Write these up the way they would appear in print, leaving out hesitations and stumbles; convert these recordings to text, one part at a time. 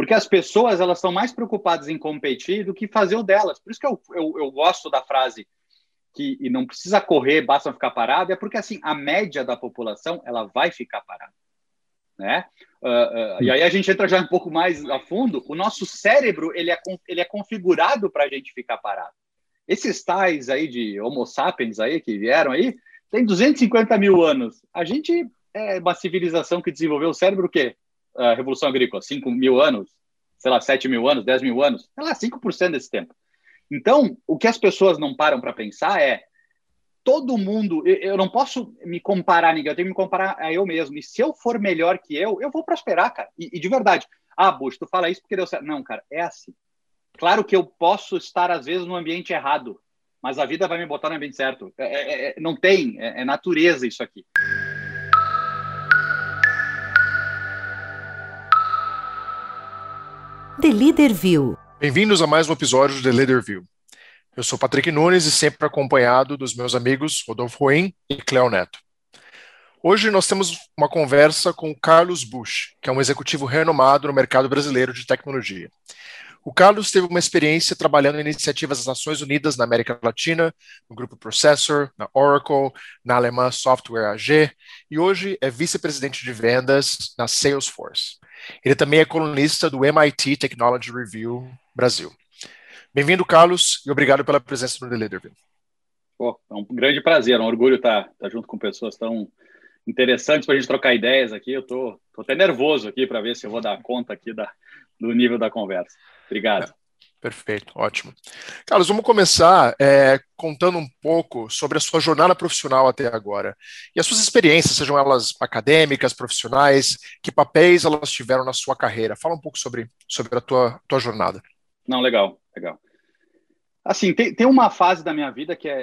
Porque as pessoas, elas estão mais preocupadas em competir do que fazer o delas. Por isso que eu gosto da frase que e não precisa correr, basta ficar parado, é porque, assim, a média da população, ela vai ficar parada, né? E aí a gente entra já um pouco mais a fundo. O nosso cérebro, ele é configurado para a gente ficar parado. Esses tais aí de Homo sapiens aí que vieram aí, tem 250 mil anos. A gente é uma civilização que desenvolveu o cérebro o quê? A Revolução Agrícola, 5 mil anos, sei lá, 7 mil anos, 10 mil anos, sei lá, 5% desse tempo. Então, o que as pessoas não param para pensar é todo mundo, eu não posso me comparar a ninguém, eu tenho que me comparar a eu mesmo. E se eu for melhor que eu vou prosperar, cara. E de verdade, Bush, tu fala isso porque deu certo. Não, cara, é assim. Claro que eu posso estar, às vezes, no ambiente errado, mas a vida vai me botar no ambiente certo. Não tem, é natureza isso aqui. The Leader View. Bem-vindos a mais um episódio do The Leader View. Eu sou Patrick Nunes e sempre acompanhado dos meus amigos Rodolfo Ruim e Cléo Neto. Hoje nós temos uma conversa com o Carlos Bush, que é um executivo renomado no mercado brasileiro de tecnologia. O Carlos teve uma experiência trabalhando em iniciativas das Nações Unidas na América Latina, no Grupo Processor, na Oracle, na alemã Software AG, e hoje é vice-presidente de vendas na Salesforce. Ele também é colunista do MIT Technology Review Brasil. Bem-vindo, Carlos, e obrigado pela presença no The Leader View. É um grande prazer, um orgulho estar junto com pessoas tão interessantes para a gente trocar ideias aqui. Eu tô até nervoso aqui para ver se eu vou dar conta aqui do nível da conversa. Obrigado. Perfeito, ótimo. Carlos, vamos começar contando um pouco sobre a sua jornada profissional até agora e as suas experiências, sejam elas acadêmicas, profissionais, que papéis elas tiveram na sua carreira. Fala um pouco sobre a tua jornada. Não, legal. Assim, tem uma fase da minha vida que,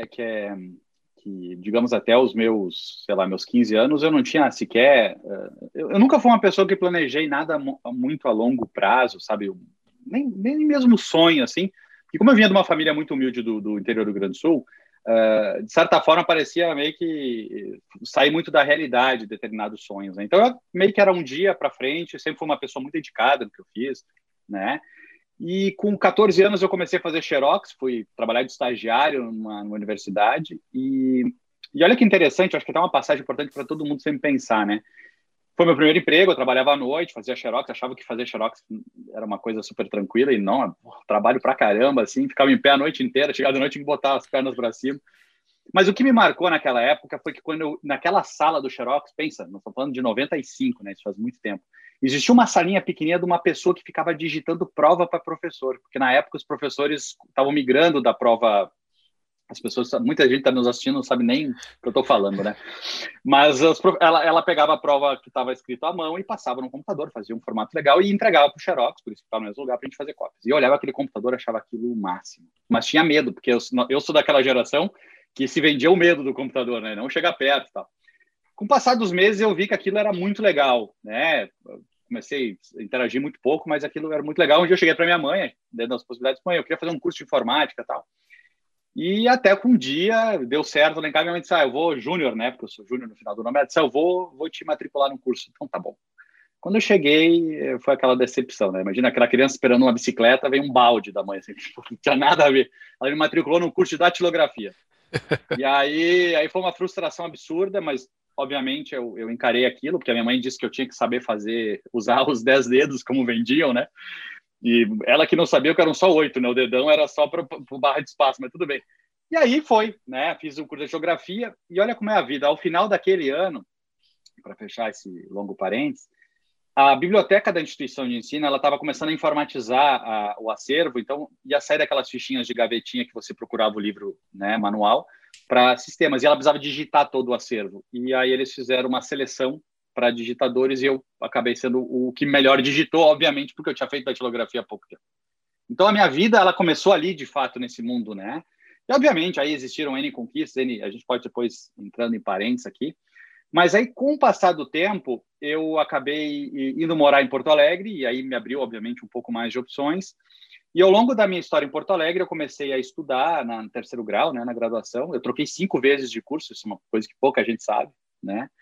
digamos, até os meus 15 anos, eu não tinha sequer... Eu nunca fui uma pessoa que planejei nada muito a longo prazo, sabe? Nem mesmo sonho, assim. E como eu vinha de uma família muito humilde do interior do Rio Grande do Sul, de certa forma parecia meio que sair muito da realidade de determinados sonhos, né? Então, eu meio que era um dia para frente, sempre fui uma pessoa muito dedicada no que eu fiz, né? E com 14 anos eu comecei a fazer xerox, fui trabalhar de estagiário numa universidade e olha que interessante, acho que tem uma passagem importante para todo mundo sempre pensar, né? Foi meu primeiro emprego, eu trabalhava à noite, fazia xerox, achava que fazer xerox era uma coisa super tranquila e não, trabalho pra caramba, assim, ficava em pé a noite inteira, chegava de noite e botar as pernas para cima. Mas o que me marcou naquela época foi que quando naquela sala do xerox, pensa, nós estamos falando de 95, né? Isso faz muito tempo. Existia uma salinha pequenininha de uma pessoa que ficava digitando prova para professor, porque na época os professores estavam migrando da prova. As pessoas, muita gente está nos assistindo, não sabe nem o que eu estou falando, né? Mas ela pegava a prova que estava escrito à mão e passava no computador, fazia um formato legal e entregava para o xerox, por isso que estava no mesmo lugar para a gente fazer cópias. E eu olhava aquele computador, achava aquilo o máximo. Mas tinha medo, porque eu sou daquela geração que se vendia o medo do computador, né? Não chegar perto e tal. Com o passar dos meses, eu vi que aquilo era muito legal, né? Comecei a interagir muito pouco, mas aquilo era muito legal. Um dia eu cheguei para minha mãe, dentro das possibilidades, mãe, eu queria fazer um curso de informática e tal. E até que um dia deu certo, lá em casa minha mãe disse, eu vou júnior, né? Porque eu sou júnior no final do nome. Ela disse, eu vou te matricular no curso. Então, tá bom. Quando eu cheguei, foi aquela decepção, né? Imagina aquela criança esperando uma bicicleta, vem um balde da mãe, assim, não tinha nada a ver. Ela me matriculou no curso de datilografia. E aí foi uma frustração absurda, mas obviamente eu encarei aquilo, porque a minha mãe disse que eu tinha que saber usar os 10 dedos como vendiam, né? E ela que não sabia que eram só 8, né? O dedão era só para o barra de espaço, mas tudo bem. E aí foi, né? Fiz um curso de geografia e olha como é a vida. Ao final daquele ano, para fechar esse longo parênteses, a biblioteca da instituição de ensino ela estava começando a informatizar o acervo, então ia sair daquelas fichinhas de gavetinha que você procurava o livro, né, manual para sistemas, e ela precisava digitar todo o acervo. E aí eles fizeram uma seleção para digitadores e eu acabei sendo o que melhor digitou, obviamente, porque eu tinha feito datilografia há pouco tempo. Então a minha vida ela começou ali, de fato, nesse mundo, né? E obviamente aí existiram N conquistas, a gente pode depois entrando em parênteses aqui. Mas aí, com o passar do tempo, eu acabei indo morar em Porto Alegre, e aí me abriu, obviamente, um pouco mais de opções. E ao longo da minha história em Porto Alegre, eu comecei a estudar no terceiro grau, né, na graduação. Eu troquei 5 vezes de curso, isso é uma coisa que pouca gente sabe, né?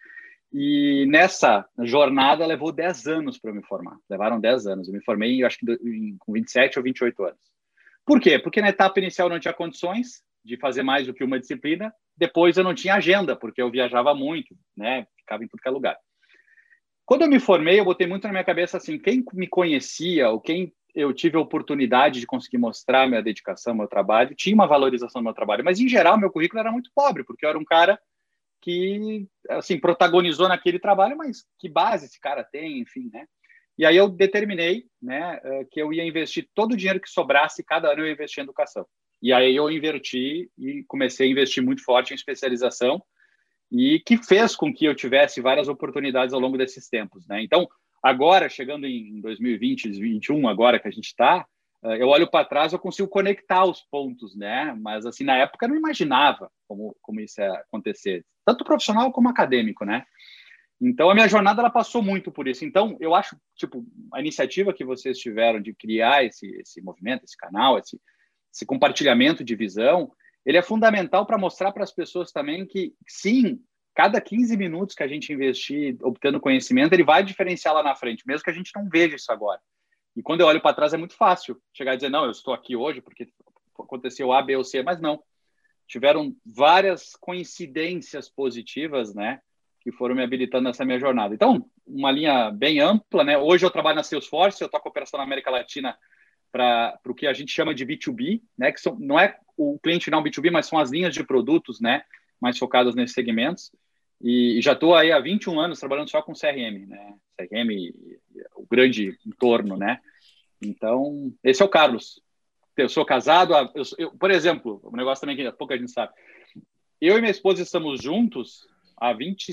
E nessa jornada levou 10 anos para eu me formar. Levaram 10 anos. Eu me formei, eu acho que com 27 ou 28 anos. Por quê? Porque na etapa inicial eu não tinha condições de fazer mais do que uma disciplina. Depois eu não tinha agenda, porque eu viajava muito, né? Ficava em tudo que é lugar. Quando eu me formei, eu botei muito na minha cabeça assim, quem me conhecia, ou quem eu tive a oportunidade de conseguir mostrar minha dedicação, meu trabalho, tinha uma valorização do meu trabalho. Mas, em geral, meu currículo era muito pobre, porque eu era um cara que, assim, protagonizou naquele trabalho, mas que base esse cara tem, enfim, né? E aí eu determinei, né, que eu ia investir todo o dinheiro que sobrasse, cada ano eu ia investir em educação. E aí eu inverti e comecei a investir muito forte em especialização, e que fez com que eu tivesse várias oportunidades ao longo desses tempos, né? Então, agora, chegando em 2020, 2021, agora que a gente está, eu olho para trás, eu consigo conectar os pontos, né? Mas, assim, na época eu não imaginava como isso ia acontecer, tanto profissional como acadêmico, né? Então, a minha jornada, ela passou muito por isso. Então, eu acho, tipo, a iniciativa que vocês tiveram de criar esse movimento, esse canal, esse compartilhamento de visão, ele é fundamental para mostrar para as pessoas também que, sim, cada 15 minutos que a gente investir obtendo conhecimento, ele vai diferenciar lá na frente, mesmo que a gente não veja isso agora. E quando eu olho para trás, é muito fácil chegar e dizer, não, eu estou aqui hoje porque aconteceu A, B ou C, mas não. Tiveram várias coincidências positivas, né, que foram me habilitando nessa minha jornada. Então, uma linha bem ampla, né? Hoje eu trabalho na Salesforce, eu toco operação na América Latina para o que a gente chama de B2B, né? Que não é o cliente final B2B, mas são as linhas de produtos, né? Mais focadas nesses segmentos. E já estou aí há 21 anos trabalhando só com CRM, né? CRM, o grande entorno, né? Então, esse é o Carlos. Eu sou casado, por exemplo, um negócio também que pouca gente sabe. Eu e minha esposa estamos juntos há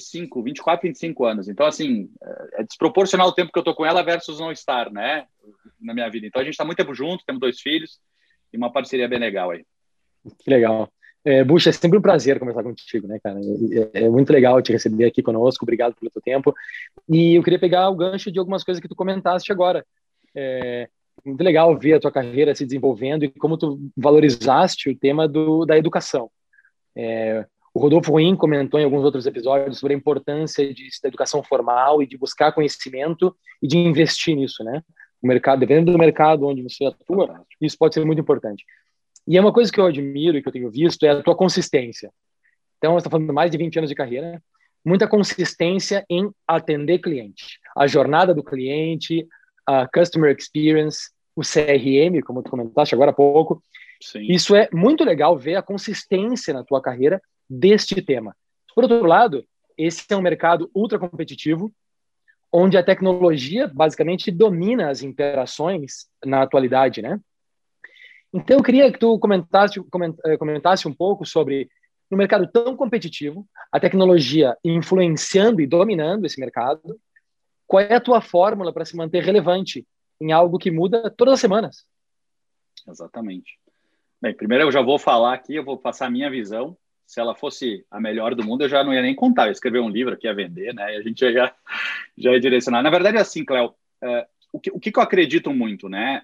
24, 25 anos. Então, assim, é desproporcional o tempo que eu tô com ela versus não estar, né? Na minha vida. Então, a gente está muito tempo junto, temos 2 filhos e uma parceria bem legal aí. Que legal. Buxa, é sempre um prazer conversar contigo, né, cara? É muito legal te receber aqui conosco, obrigado pelo teu tempo. E eu queria pegar o gancho de algumas coisas que tu comentaste agora. Muito legal ver a tua carreira se desenvolvendo e como tu valorizaste o tema da educação. O Rodolfo Ruim comentou em alguns outros episódios sobre a importância da educação formal e de buscar conhecimento e de investir nisso, né? O mercado, dependendo do mercado onde você atua, isso pode ser muito importante. E é uma coisa que eu admiro e que eu tenho visto é a tua consistência. Então, você está falando de mais de 20 anos de carreira, muita consistência em atender cliente. A jornada do cliente, a Customer Experience, o CRM, como tu comentaste agora há pouco. Sim. Isso é muito legal ver a consistência na tua carreira deste tema. Por outro lado, esse é um mercado ultra competitivo, onde a tecnologia basicamente domina as interações na atualidade, né? Então, eu queria que tu comentasse um pouco sobre, no mercado tão competitivo, a tecnologia influenciando e dominando esse mercado, qual é a tua fórmula para se manter relevante em algo que muda todas as semanas? Exatamente. Bem, primeiro eu já vou falar aqui, eu vou passar a minha visão. Se ela fosse a melhor do mundo, eu já não ia nem contar. Eu ia escrever um livro aqui a vender, né? E a gente já ia direcionar. Na verdade, é assim, Cléo, o que eu acredito muito, né?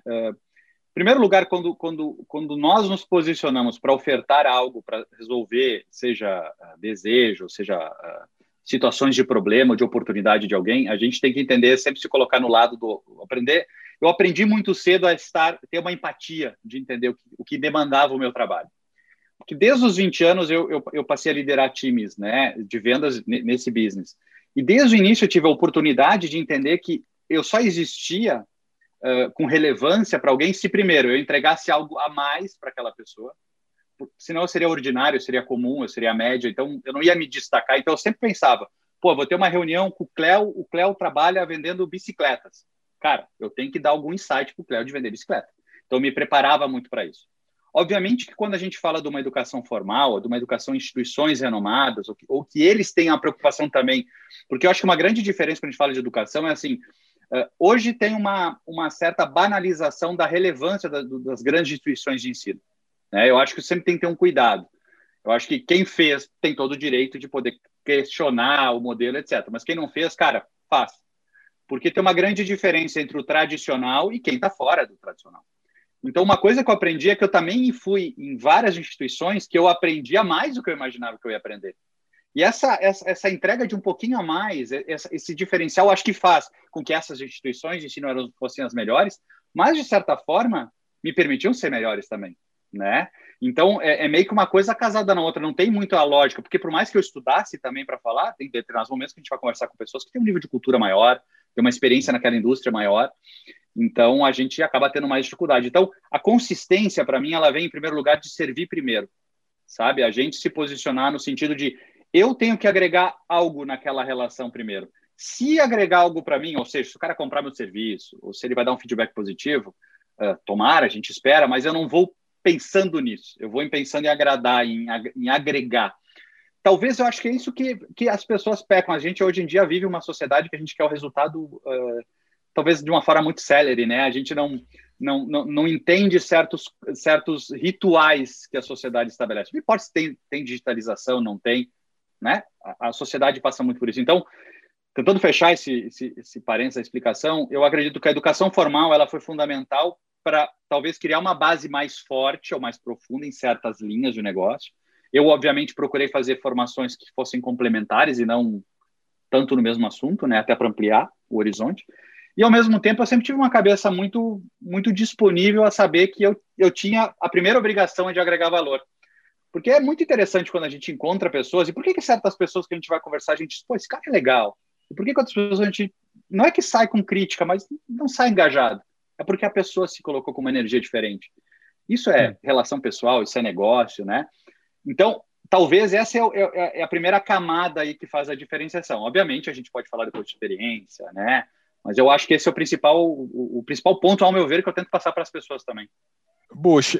Em primeiro lugar, quando nós nos posicionamos para ofertar algo, para resolver, seja desejo, seja situações de problema, de oportunidade de alguém, a gente tem que entender, sempre se colocar no lado do aprender. Eu aprendi muito cedo a ter uma empatia de entender o que demandava o meu trabalho. Porque desde os 20 anos eu passei a liderar times, né, de vendas nesse business. E desde o início eu tive a oportunidade de entender que eu só existia com relevância para alguém se primeiro eu entregasse algo a mais para aquela pessoa, senão eu seria ordinário, eu seria comum, eu seria média, então eu não ia me destacar. Então eu sempre pensava, vou ter uma reunião com o Cléo trabalha vendendo bicicletas. Cara, eu tenho que dar algum insight para o Cléo de vender bicicleta. Então eu me preparava muito para isso. Obviamente que quando a gente fala de uma educação formal, de uma educação em instituições renomadas, ou que eles têm a preocupação também, porque eu acho que uma grande diferença quando a gente fala de educação é assim, hoje tem uma certa banalização da relevância das grandes instituições de ensino. Né? Eu acho que sempre tem que ter um cuidado. Eu acho que quem fez tem todo o direito de poder questionar o modelo, etc. Mas quem não fez, cara, faz. Porque tem uma grande diferença entre o tradicional e quem está fora do tradicional. Então, uma coisa que eu aprendi é que eu também fui em várias instituições que eu aprendia mais do que eu imaginava que eu ia aprender. E essa entrega de um pouquinho a mais, esse diferencial, acho que faz com que essas instituições de ensino fossem as melhores, mas, de certa forma, me permitiam ser melhores também, né? Então, é meio que uma coisa casada na outra, não tem muito a lógica, porque por mais que eu estudasse também para falar, tem determinados momentos que a gente vai conversar com pessoas que têm um nível de cultura maior, têm uma experiência naquela indústria maior, então a gente acaba tendo mais dificuldade. Então, a consistência, para mim, ela vem, em primeiro lugar, de servir primeiro, sabe? A gente se posicionar no sentido de eu tenho que agregar algo naquela relação primeiro. Se agregar algo para mim, ou seja, se o cara comprar meu serviço, ou se ele vai dar um feedback positivo, tomara, a gente espera, mas eu não vou pensando nisso. Eu vou pensando em agradar, em agregar. Talvez eu acho que é isso que as pessoas pecam. A gente hoje em dia vive uma sociedade que a gente quer o resultado, talvez de uma forma muito célere, né? A gente não entende certos rituais que a sociedade estabelece. Não importa se tem digitalização, não tem, né? A sociedade passa muito por isso. Então, tentando fechar esse parênteses, a explicação, eu acredito que a educação formal ela foi fundamental para talvez criar uma base mais forte ou mais profunda em certas linhas de negócio. Eu, obviamente, procurei fazer formações que fossem complementares e não tanto no mesmo assunto, né? Até para ampliar o horizonte. E, ao mesmo tempo, eu sempre tive uma cabeça muito, muito disponível a saber que eu tinha a primeira obrigação de agregar valor. Porque é muito interessante quando a gente encontra pessoas, e por que certas pessoas que a gente vai conversar, a gente diz, pô, esse cara é legal. E por que outras pessoas a gente, não é que sai com crítica, mas não sai engajado. É porque a pessoa se colocou com uma energia diferente. Isso é relação pessoal, isso é negócio, né? Então, talvez essa é a primeira camada aí que faz a diferenciação. Obviamente, a gente pode falar depois de experiência, né? Mas eu acho que esse é o principal ponto, ao meu ver, que eu tento passar para as pessoas também. Bush,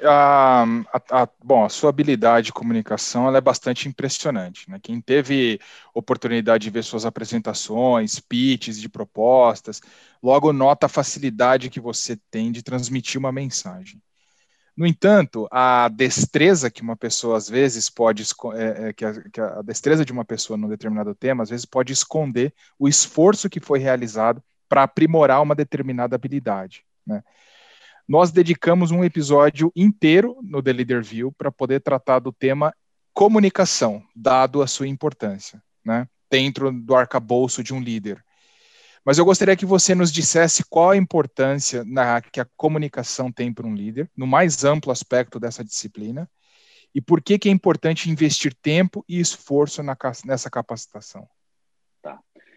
bom, a sua habilidade de comunicação ela é bastante impressionante, né? Quem teve oportunidade de ver suas apresentações, pitches de propostas, logo nota a facilidade que você tem de transmitir uma mensagem. No entanto, a destreza que uma pessoa às vezes pode, que a destreza de uma pessoa num determinado tema, às vezes pode esconder o esforço que foi realizado para aprimorar uma determinada habilidade, né? Nós dedicamos um episódio inteiro no The Leader View para poder tratar do tema comunicação, dado a sua importância, né, dentro do arcabouço de um líder. Mas eu gostaria que você nos dissesse qual a importância que a comunicação tem para um líder, no mais amplo aspecto dessa disciplina, e por que é importante investir tempo e esforço nessa capacitação. Tá.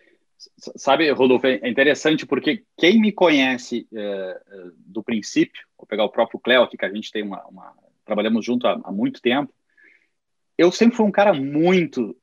Sabe, Rodolfo, é interessante porque quem me conhece do princípio, vou pegar o próprio Cleo aqui, que a gente tem trabalhamos junto há muito tempo, eu sempre fui um cara muito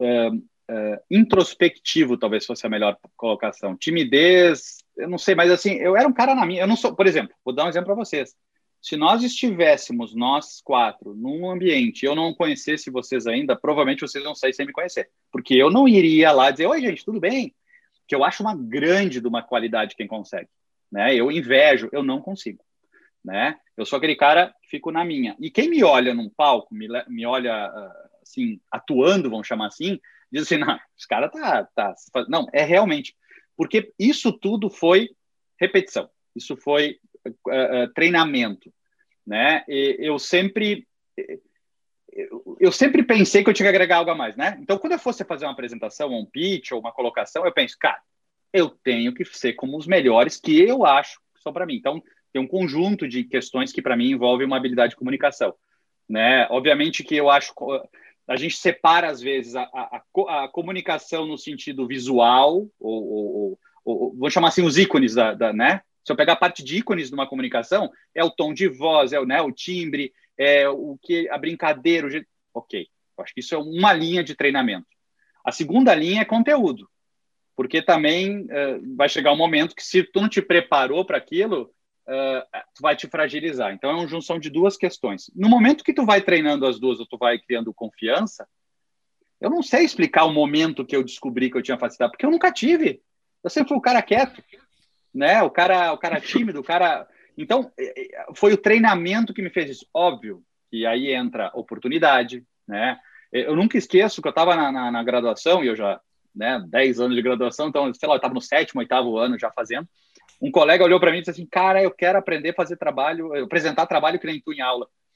introspectivo, talvez fosse a melhor colocação. Timidez, eu não sei, mas assim, eu era um cara na minha, eu não sou, por exemplo, vou dar um exemplo para vocês. Se nós estivéssemos, nós quatro, num ambiente e eu não conhecesse vocês ainda, provavelmente vocês vão sair sem me conhecer. Porque eu não iria lá dizer, oi, gente, tudo bem? Que eu acho uma grande de uma qualidade quem consegue, né? Eu invejo, eu não consigo, né? Eu sou aquele cara que fico na minha. E quem me olha num palco, me olha assim, atuando, vamos chamar assim, diz assim, não, esse cara tá... Não, é realmente. Porque isso tudo foi repetição. Isso foi treinamento, né? E eu sempre pensei que eu tinha que agregar algo a mais, né? Então, quando eu fosse fazer uma apresentação, um pitch ou uma colocação, eu penso, cara, eu tenho que ser como os melhores que eu acho que são para mim. Então, tem um conjunto de questões que, para mim, envolvem uma habilidade de comunicação, né? Obviamente que eu acho... A gente separa, às vezes, a comunicação no sentido visual, ou vamos chamar assim, os ícones, né? Se eu pegar a parte de ícones de uma comunicação, é o tom de voz, o timbre, a brincadeira, ok. Eu acho que isso é uma linha de treinamento. A segunda linha é conteúdo, porque também vai chegar um momento que se tu não te preparou para aquilo, tu vai te fragilizar. Então é uma junção de duas questões. No momento que tu vai treinando as duas, ou tu vai criando confiança, eu não sei explicar o momento que eu descobri que eu tinha facilidade, porque eu nunca tive. Eu sempre fui o cara quieto, né? O cara tímido, o cara... Então, foi o treinamento que me fez isso. Óbvio que aí entra oportunidade, né? Eu nunca esqueço que eu estava na graduação, e eu já, né, 10 anos de graduação, então, sei lá, eu estava no 7º, 8º ano já fazendo. Um colega olhou para mim e disse assim, cara, eu quero aprender a fazer trabalho, apresentar trabalho que nem tu em aula.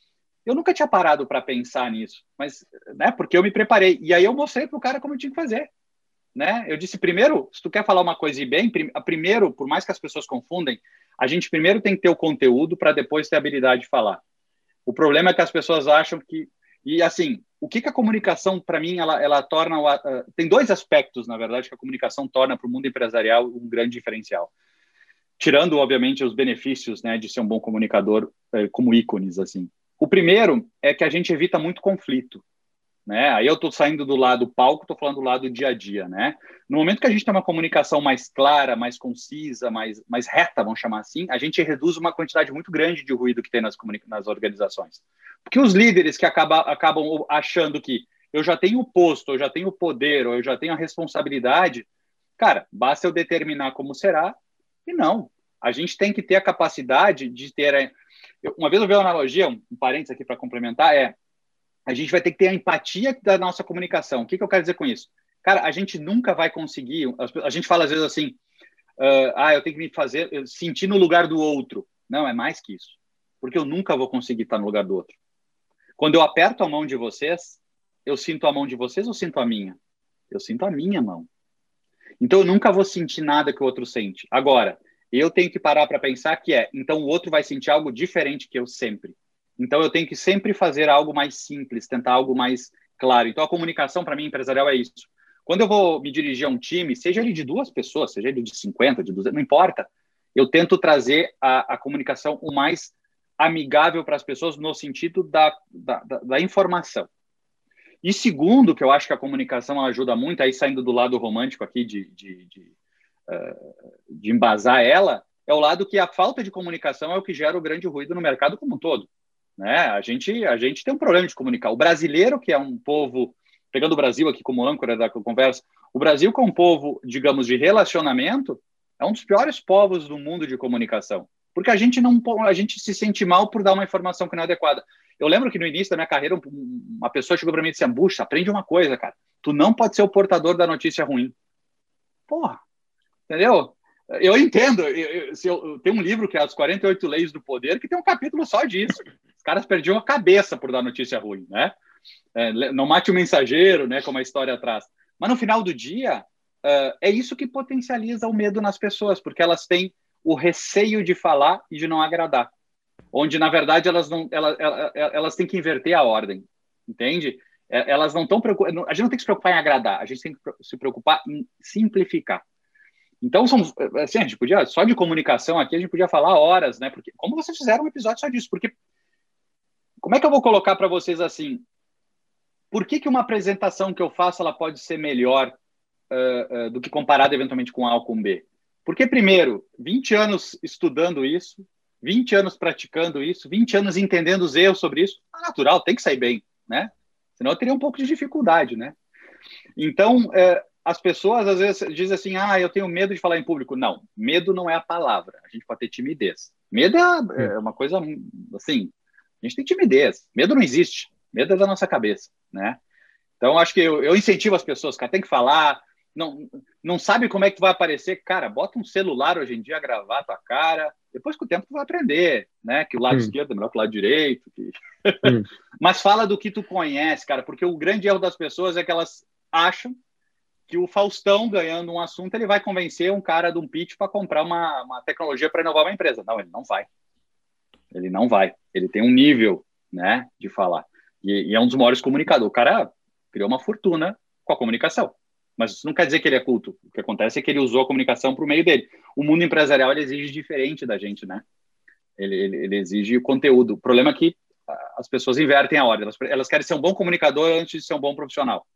Eu nunca tinha parado para pensar nisso, mas, né, porque eu me preparei. E aí eu mostrei para o cara como eu tinha que fazer. Né? Eu disse, primeiro, se tu quer falar uma coisa e bem, primeiro, por mais que as pessoas confundem, a gente primeiro tem que ter o conteúdo para depois ter a habilidade de falar. O problema é que as pessoas acham que... E, assim, o que a comunicação, para mim, ela torna... Tem dois aspectos, na verdade, que a comunicação torna para o mundo empresarial um grande diferencial. Tirando, obviamente, os benefícios, né, de ser um bom comunicador como ícones, assim. O primeiro é que a gente evita muito conflito. Né? Aí eu estou saindo do lado palco, estou falando do lado dia a dia. Né? No momento que a gente tem uma comunicação mais clara, mais concisa, mais reta, vamos chamar assim, a gente reduz uma quantidade muito grande de ruído que tem nas organizações. Porque os líderes que acabam achando que eu já tenho o posto, eu já tenho o poder, ou eu já tenho a responsabilidade, cara, basta eu determinar como será, e não. A gente tem que ter a capacidade de ter... Uma vez eu vi uma analogia, um parênteses aqui para complementar, a gente vai ter que ter a empatia da nossa comunicação. O que eu quero dizer com isso? Cara, a gente nunca vai conseguir... A gente fala às vezes assim, eu tenho que me fazer sentir no lugar do outro. Não, é mais que isso. Porque eu nunca vou conseguir estar no lugar do outro. Quando eu aperto a mão de vocês, eu sinto a mão de vocês ou sinto a minha? Eu sinto a minha mão. Então eu nunca vou sentir nada que o outro sente. Agora, eu tenho que parar para pensar que então o outro vai sentir algo diferente que eu sempre. Então, eu tenho que sempre fazer algo mais simples, tentar algo mais claro. Então, a comunicação, para mim, empresarial é isso. Quando eu vou me dirigir a um time, seja ele de 2 pessoas, seja ele de 50, de 200, não importa. Eu tento trazer a comunicação o mais amigável para as pessoas no sentido da informação. E segundo, que eu acho que a comunicação ajuda muito, aí saindo do lado romântico aqui de embasar ela, é o lado que a falta de comunicação é o que gera o grande ruído no mercado como um todo. Né? A gente tem um problema de comunicar. O brasileiro, que é um povo, pegando o Brasil aqui como âncora da conversa, o Brasil, que é um povo, digamos, de relacionamento, é um dos piores povos do mundo de comunicação. Porque a gente se sente mal por dar uma informação que não é adequada. Eu lembro que no início da minha carreira, uma pessoa chegou para mim e disse, Bush, aprende uma coisa, cara. Tu não pode ser o portador da notícia ruim. Porra, entendeu? Eu entendo. Tem um livro que é As 48 Leis do Poder, que tem um capítulo só disso. Os caras perdiam a cabeça por dar notícia ruim, né? Não mate o mensageiro, né? Como a história traz. Mas no final do dia, é isso que potencializa o medo nas pessoas, porque elas têm o receio de falar e de não agradar. Onde, na verdade, elas têm que inverter a ordem, entende? Elas não estão preocupadas... A gente não tem que se preocupar em agradar, a gente tem que se preocupar em simplificar. Então, assim, a gente podia, só de comunicação aqui, a gente podia falar horas, né? Porque, como vocês fizeram um episódio só disso? Porque, como é que eu vou colocar para vocês assim? Por que uma apresentação que eu faço ela pode ser melhor do que comparada eventualmente com A ou com B? Porque, primeiro, 20 anos estudando isso, 20 anos praticando isso, 20 anos entendendo os erros sobre isso, é natural, tem que sair bem, né? Senão eu teria um pouco de dificuldade, né? Então, as pessoas às vezes dizem assim, eu tenho medo de falar em público. Não, medo não é a palavra. A gente pode ter timidez. Medo é uma coisa assim, a gente tem timidez. Medo não existe. Medo é da nossa cabeça, né? Então, acho que eu incentivo as pessoas, cara, tem que falar, não sabe como é que tu vai aparecer, cara, bota um celular hoje em dia a gravar a tua cara, depois com o tempo tu vai aprender, né? Que o lado esquerdo é melhor que o lado direito. Mas fala do que tu conhece, cara, porque o grande erro das pessoas é que elas acham que o Faustão, ganhando um assunto, ele vai convencer um cara de um pitch para comprar uma tecnologia para inovar uma empresa. Não, ele não vai. Ele não vai. Ele tem um nível, né, de falar. E é um dos maiores comunicadores. O cara criou uma fortuna com a comunicação. Mas isso não quer dizer que ele é culto. O que acontece é que ele usou a comunicação para o meio dele. O mundo empresarial ele exige diferente da gente, né? Ele exige o conteúdo. O problema é que as pessoas invertem a ordem. Elas querem ser um bom comunicador antes de ser um bom profissional.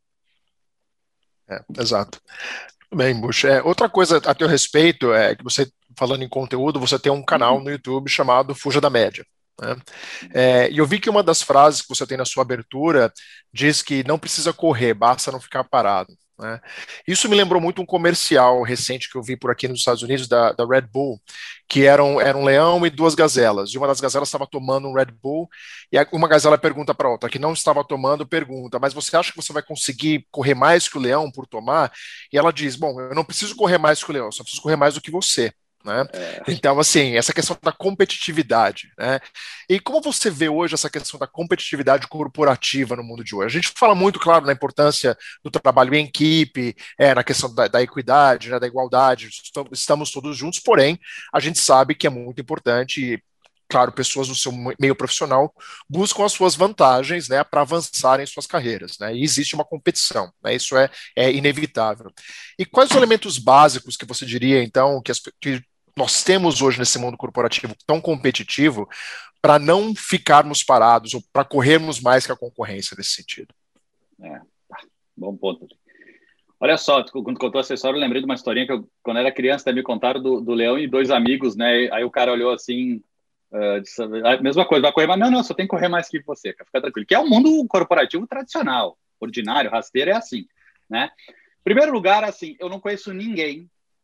Exato. Bem, Bush, outra coisa a teu respeito é que você, falando em conteúdo, você tem um canal no YouTube chamado Fuja da Média, né? E eu vi que uma das frases que você tem na sua abertura diz que não precisa correr, basta não ficar parado, né? Isso me lembrou muito um comercial recente que eu vi por aqui nos Estados Unidos da Red Bull, que era um leão e 2 gazelas, e uma das gazelas estava tomando um Red Bull, e uma gazela pergunta para a outra, que não estava tomando, pergunta, mas você acha que você vai conseguir correr mais que o leão por tomar? E ela diz, bom, eu não preciso correr mais que o leão, eu só preciso correr mais do que você. né? Então, assim, essa questão da competitividade, né? E como você vê hoje essa questão da competitividade corporativa no mundo de hoje? A gente fala muito, claro, na importância do trabalho em equipe, na questão da equidade, né, da igualdade, estamos todos juntos, porém, a gente sabe que é muito importante. Claro, pessoas do seu meio profissional buscam as suas vantagens, né, para avançarem em suas carreiras, né, e existe uma competição, né, isso é inevitável. E quais os elementos básicos que você diria, então, que nós temos hoje nesse mundo corporativo tão competitivo para não ficarmos parados ou para corrermos mais que a concorrência nesse sentido? Bom ponto. Olha só, quando contou essa história, eu lembrei de uma historinha que quando era criança, me contaram do leão e dois amigos, né, aí o cara olhou assim, disse, a mesma coisa, vai correr, mas não, só tem que correr mais que você, cara, fica tranquilo. Que é o mundo corporativo tradicional, ordinário, rasteiro, é assim, né? Em primeiro lugar, assim, eu não conheço ninguém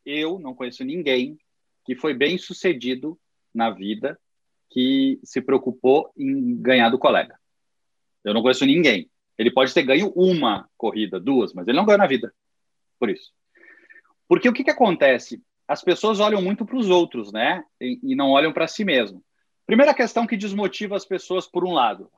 que foi bem sucedido na vida que se preocupou em ganhar do colega. Eu não conheço ninguém. Ele pode ter ganho uma corrida, duas, mas ele não ganhou na vida. Por isso. Porque o que acontece? As pessoas olham muito para os outros, né? E não olham para si mesmo. Primeira questão que desmotiva as pessoas por um lado.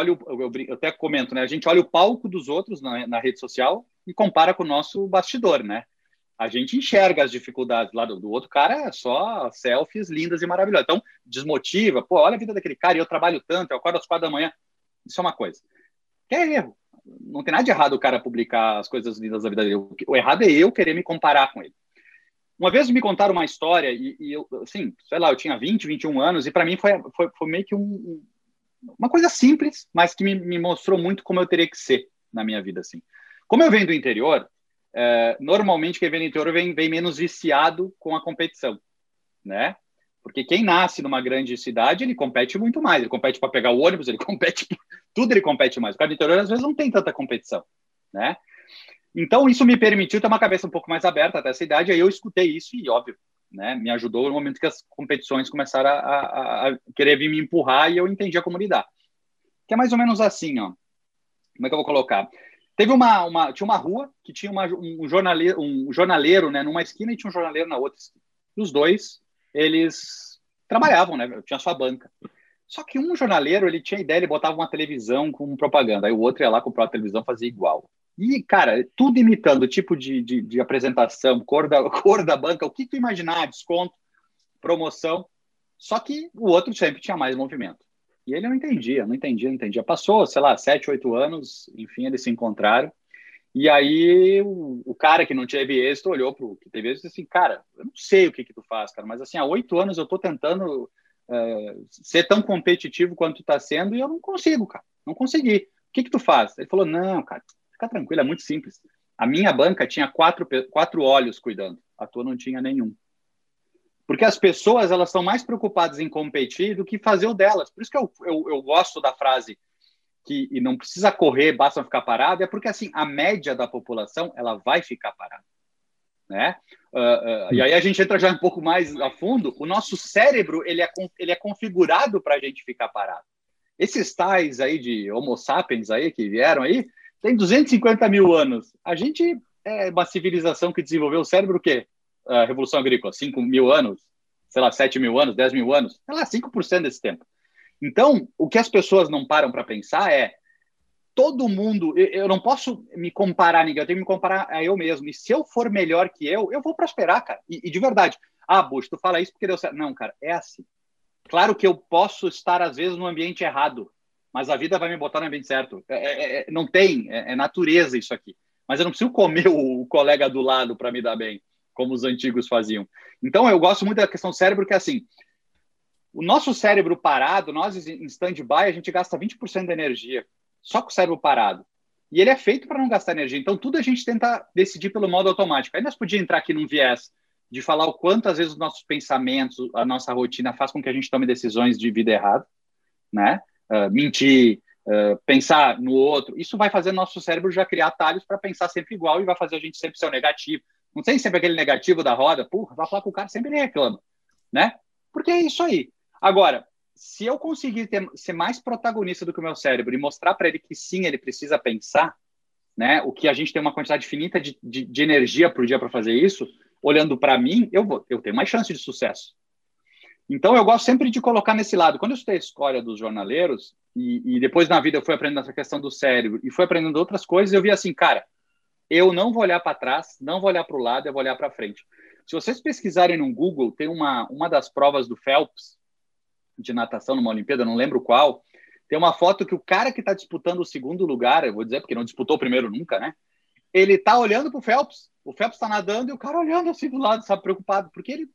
Eu até comento, né? A gente olha o palco dos outros na rede social e compara com o nosso bastidor, né? A gente enxerga as dificuldades lá do outro cara, é só selfies lindas e maravilhosas. Então, desmotiva. Pô, olha a vida daquele cara, e eu trabalho tanto, eu acordo às 4 da manhã. Isso é uma coisa. Que é erro. Não tem nada de errado o cara publicar as coisas lindas da vida dele. O errado é eu querer me comparar com ele. Uma vez me contaram uma história e eu, assim, sei lá, eu tinha 20, 21 anos e para mim foi meio que uma coisa simples, mas que me mostrou muito como eu teria que ser na minha vida, assim. Como eu venho do interior, normalmente quem vem do interior vem menos viciado com a competição, né? Porque quem nasce numa grande cidade, ele compete muito mais. Ele compete para pegar o ônibus, ele compete por tudo, ele compete mais. O cara do interior, às vezes, não tem tanta competição, né? Então, isso me permitiu ter uma cabeça um pouco mais aberta até essa idade, aí eu escutei isso e, óbvio, né, me ajudou no momento que as competições começaram a querer vir me empurrar e eu entendi como lidar. Que é mais ou menos assim, ó. Como é que eu vou colocar? Tinha uma rua que tinha um jornaleiro, né, numa esquina e tinha um jornaleiro na outra esquina. E os dois, eles trabalhavam, né, tinha sua banca. Só que um jornaleiro, ele tinha ideia, ele botava uma televisão com propaganda, aí o outro ia lá comprar a televisão e fazia igual. E, cara, tudo imitando o tipo de apresentação, cor da banca, o que tu imaginar, desconto, promoção. Só que o outro sempre tinha mais movimento. E ele não entendia. Passou, sei lá, 7, 8 anos, enfim, eles se encontraram. E aí o cara que não teve êxito olhou para o que teve êxito e disse assim, cara, eu não sei o que tu faz, cara, mas assim, há 8 anos eu estou tentando ser tão competitivo quanto tu está sendo e eu não consigo, cara. Não consegui. O que tu faz? Ele falou, não, cara, fica tranquilo, é muito simples. A minha banca tinha 4 olhos cuidando, a tua não tinha nenhum. Porque as pessoas, elas estão mais preocupadas em competir do que fazer o delas. Por isso que eu gosto da frase que e não precisa correr, basta ficar parado, é porque assim, a média da população, ela vai ficar parada. Né? E aí a gente entra já um pouco mais a fundo, o nosso cérebro, ele é configurado para a gente ficar parado. Esses tais aí de Homo sapiens aí, que vieram aí, tem 250 mil anos. A gente é uma civilização que desenvolveu o cérebro o quê? A Revolução Agrícola, 5 mil anos, sei lá, 7 mil anos, 10 mil anos, sei lá, 5% desse tempo. Então, o que as pessoas não param para pensar é todo mundo, eu não posso me comparar a ninguém, eu tenho que me comparar a eu mesmo. E se eu for melhor que eu vou prosperar, cara. E de verdade, Bush, tu fala isso porque deu certo. Não, cara, é assim. Claro que eu posso estar, às vezes, no ambiente errado, mas a vida vai me botar no ambiente certo. Não tem, é natureza isso aqui. Mas eu não preciso comer o colega do lado para me dar bem, como os antigos faziam. Então, eu gosto muito da questão do cérebro, que é assim, o nosso cérebro parado, nós em stand-by, a gente gasta 20% da energia, só com o cérebro parado. E ele é feito para não gastar energia. Então, tudo a gente tenta decidir pelo modo automático. Aí nós podíamos entrar aqui num viés de falar o quanto, às vezes, os nossos pensamentos, a nossa rotina faz com que a gente tome decisões de vida errada, né? Mentir, pensar no outro. Isso vai fazer nosso cérebro já criar atalhos para pensar sempre igual e vai fazer a gente sempre ser o negativo. Não tem sempre aquele negativo da roda. Porra, vai falar com o cara, sempre ele reclama, né? Porque é isso aí. Agora, se eu conseguir ser mais protagonista do que o meu cérebro e mostrar para ele que sim, ele precisa pensar, né? O que a gente tem uma quantidade finita de energia por dia para fazer isso, olhando para mim, eu tenho mais chance de sucesso. Então, eu gosto sempre de colocar nesse lado. Quando eu estudei a escola dos jornaleiros, e depois na vida eu fui aprendendo essa questão do cérebro, e fui aprendendo outras coisas, eu vi assim, cara, eu não vou olhar para trás, não vou olhar para o lado, eu vou olhar para frente. Se vocês pesquisarem no Google, tem uma das provas do Phelps, de natação numa Olimpíada, não lembro qual, tem uma foto que o cara que está disputando o segundo lugar, eu vou dizer porque não disputou o primeiro nunca, né? Ele está olhando para o Phelps está nadando e o cara olhando assim do lado, sabe, preocupado, porque ele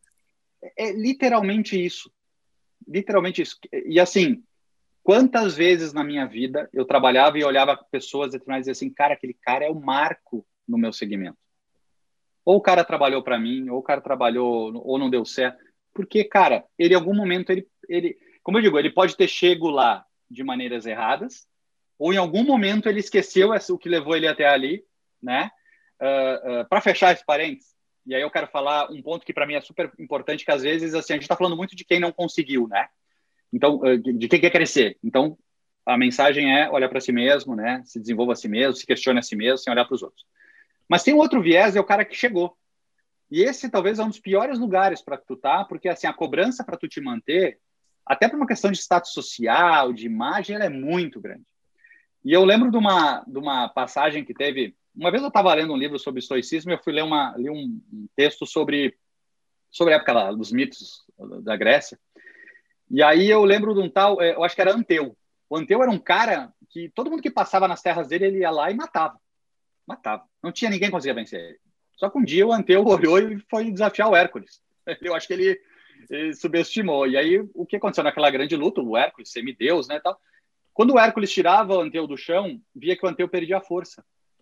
é literalmente isso. Literalmente isso. E assim, quantas vezes na minha vida eu trabalhava e olhava pessoas determinadas e dizia assim, cara, aquele cara é o marco no meu segmento. Ou o cara trabalhou para mim, ou o cara trabalhou, ou não deu certo. Porque, cara, ele em algum momento, ele, como eu digo, ele pode ter chego lá de maneiras erradas, ou em algum momento ele esqueceu o que levou ele até ali, né? Para fechar esse parênteses, e aí eu quero falar um ponto que para mim é super importante, que às vezes assim, a gente está falando muito de quem não conseguiu, né? Então, de quem quer crescer. Então, a mensagem é olhar para si mesmo, né? Se desenvolva a si mesmo, se questione a si mesmo, sem olhar para os outros. Mas tem um outro viés, é o cara que chegou. E esse talvez é um dos piores lugares para tu tá, porque assim, a cobrança para tu te manter, até por uma questão de status social, de imagem, ela é muito grande. E eu lembro de uma passagem que teve. Uma vez eu estava lendo um livro sobre estoicismo e eu fui ler li um texto sobre a época lá, dos mitos da Grécia. E aí eu lembro de um tal, eu acho que era Anteu. O Anteu era um cara que todo mundo que passava nas terras dele, ele ia lá e matava. Matava. Não tinha ninguém que conseguia vencer ele. Só que um dia o Anteu olhou e foi desafiar o Hércules. Eu acho que ele subestimou. E aí o que aconteceu naquela grande luta? O Hércules, semideus, né, tal. Quando o Hércules tirava o Anteu do chão, via que o Anteu perdia a força.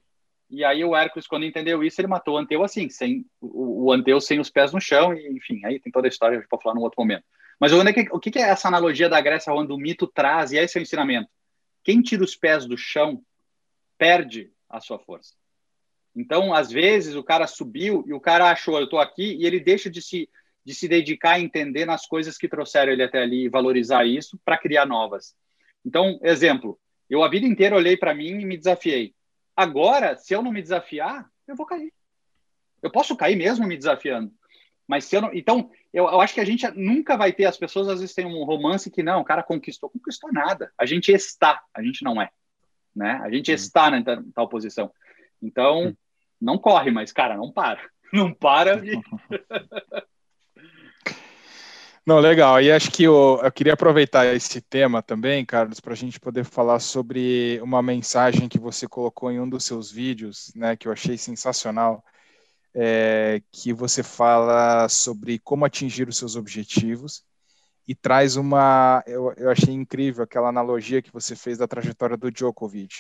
E aí o Hércules, quando entendeu isso, ele matou o Anteu assim, sem o Anteu sem os pés no chão, e enfim, aí tem toda a história, a gente pode falar num outro momento. Mas o que é essa analogia da Grécia, onde o mito traz, e esse é o ensinamento? Quem tira os pés do chão, perde a sua força. Então, às vezes, o cara subiu e o cara achou, eu estou aqui, e ele deixa de se dedicar a entender nas coisas que trouxeram ele até ali, e valorizar isso para criar novas. Então, exemplo, eu a vida inteira olhei para mim e me desafiei. Agora, se eu não me desafiar, eu vou cair. Eu posso cair mesmo me desafiando. Mas se eu não... Então, eu acho que a gente nunca vai ter... As pessoas às vezes têm um romance que não, o cara conquistou nada. A gente está, a gente não é. Né? A gente está na tal posição. Então, não corre, mas, cara, não para. Não para de... Não, legal. E acho que eu queria aproveitar esse tema também, Carlos, para a gente poder falar sobre uma mensagem que você colocou em um dos seus vídeos, né, que eu achei sensacional, que você fala sobre como atingir os seus objetivos e traz eu achei incrível aquela analogia que você fez da trajetória do Djokovic.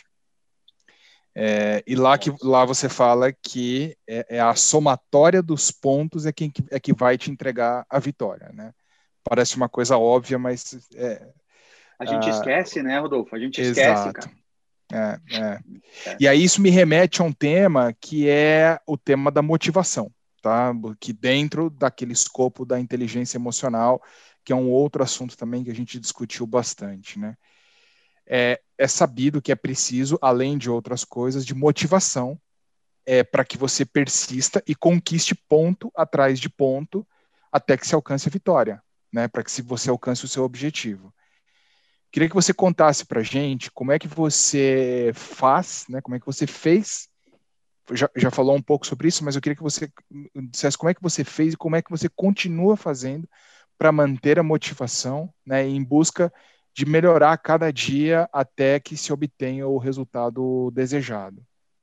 E lá você fala que é a somatória dos pontos que vai te entregar a vitória, né? Parece uma coisa óbvia, mas... a gente esquece, né, Rodolfo? A gente exato. esquece, cara. E aí isso me remete a um tema que é o tema da motivação, tá? Que dentro daquele escopo da inteligência emocional, que é um outro assunto também que a gente discutiu bastante, né? É sabido que é preciso, além de outras coisas, de motivação para que você persista e conquiste ponto atrás de ponto até que se alcance a vitória, né? Para que você alcance o seu objetivo. Queria que você contasse para a gente como é que você faz, né? Como é que você fez. Já falou um pouco sobre isso, mas eu queria que você dissesse como é que você fez e como é que você continua fazendo para manter a motivação, né? Em busca de melhorar a cada dia até que se obtenha o resultado desejado.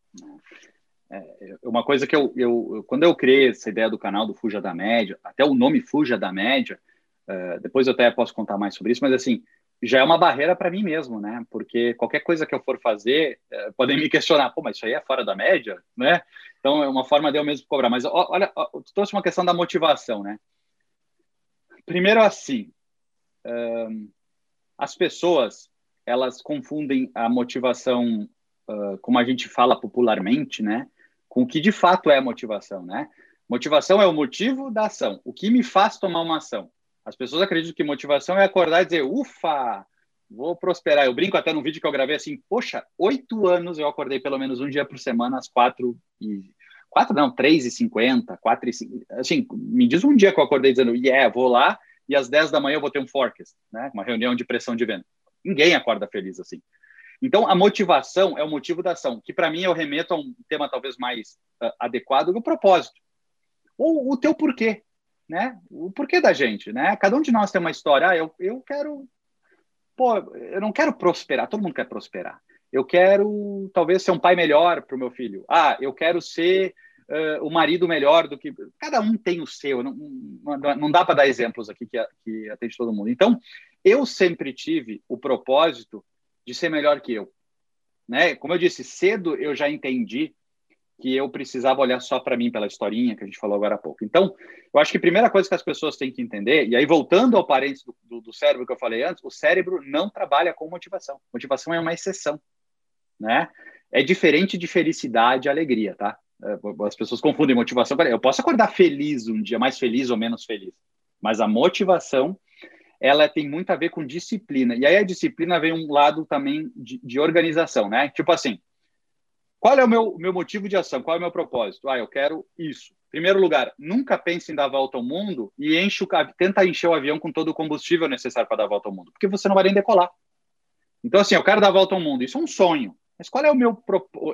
Uma coisa que quando eu criei essa ideia do canal do Fuja da Média, até o nome Fuja da Média, depois eu até posso contar mais sobre isso, mas assim, já é uma barreira para mim mesmo, né? Porque qualquer coisa que eu for fazer, podem me questionar, pô, mas isso aí é fora da média, né? Então é uma forma de eu mesmo cobrar. Mas olha, tu trouxe uma questão da motivação, né? Primeiro assim, as pessoas, elas confundem a motivação, como a gente fala popularmente, né? Com o que de fato é a motivação, né? Motivação é o motivo da ação. O que me faz tomar uma ação? As pessoas acreditam que motivação é acordar e dizer, ufa, vou prosperar. Eu brinco até no vídeo que eu gravei assim, poxa, 8 anos eu acordei pelo menos um dia por semana às 4 4 não, 3h50, 4h50. Assim, me diz um dia que eu acordei dizendo, vou lá e às 10 da manhã eu vou ter um forecast, né? Uma reunião de pressão de venda. Ninguém acorda feliz assim. Então, a motivação é o motivo da ação, que para mim eu remeto a um tema talvez mais adequado, o propósito. Ou o teu porquê, né? O porquê da gente, né? Cada um de nós tem uma história. Eu quero... Pô, eu não quero prosperar. Todo mundo quer prosperar. Eu quero, talvez, ser um pai melhor para o meu filho. Eu quero ser o marido melhor do que... Cada um tem o seu. Não dá para dar exemplos aqui que atende todo mundo. Então, eu sempre tive o propósito de ser melhor que eu, né? Como eu disse, cedo eu já entendi que eu precisava olhar só para mim, pela historinha que a gente falou agora há pouco. Então, eu acho que a primeira coisa que as pessoas têm que entender, e aí voltando ao parênteses do cérebro que eu falei antes, o cérebro não trabalha com motivação. Motivação é uma exceção, né? É diferente de felicidade e alegria, tá? As pessoas confundem motivação. Eu posso acordar feliz um dia, mais feliz ou menos feliz, mas a motivação, ela tem muito a ver com disciplina. E aí a disciplina vem um lado também de organização, né? Tipo assim, qual é o meu motivo de ação? Qual é o meu propósito? Eu quero isso. Primeiro lugar, nunca pense em dar a volta ao mundo e tenta encher o avião com todo o combustível necessário para dar a volta ao mundo, porque você não vai nem decolar. Então, assim, eu quero dar a volta ao mundo. Isso é um sonho. Mas qual é o meu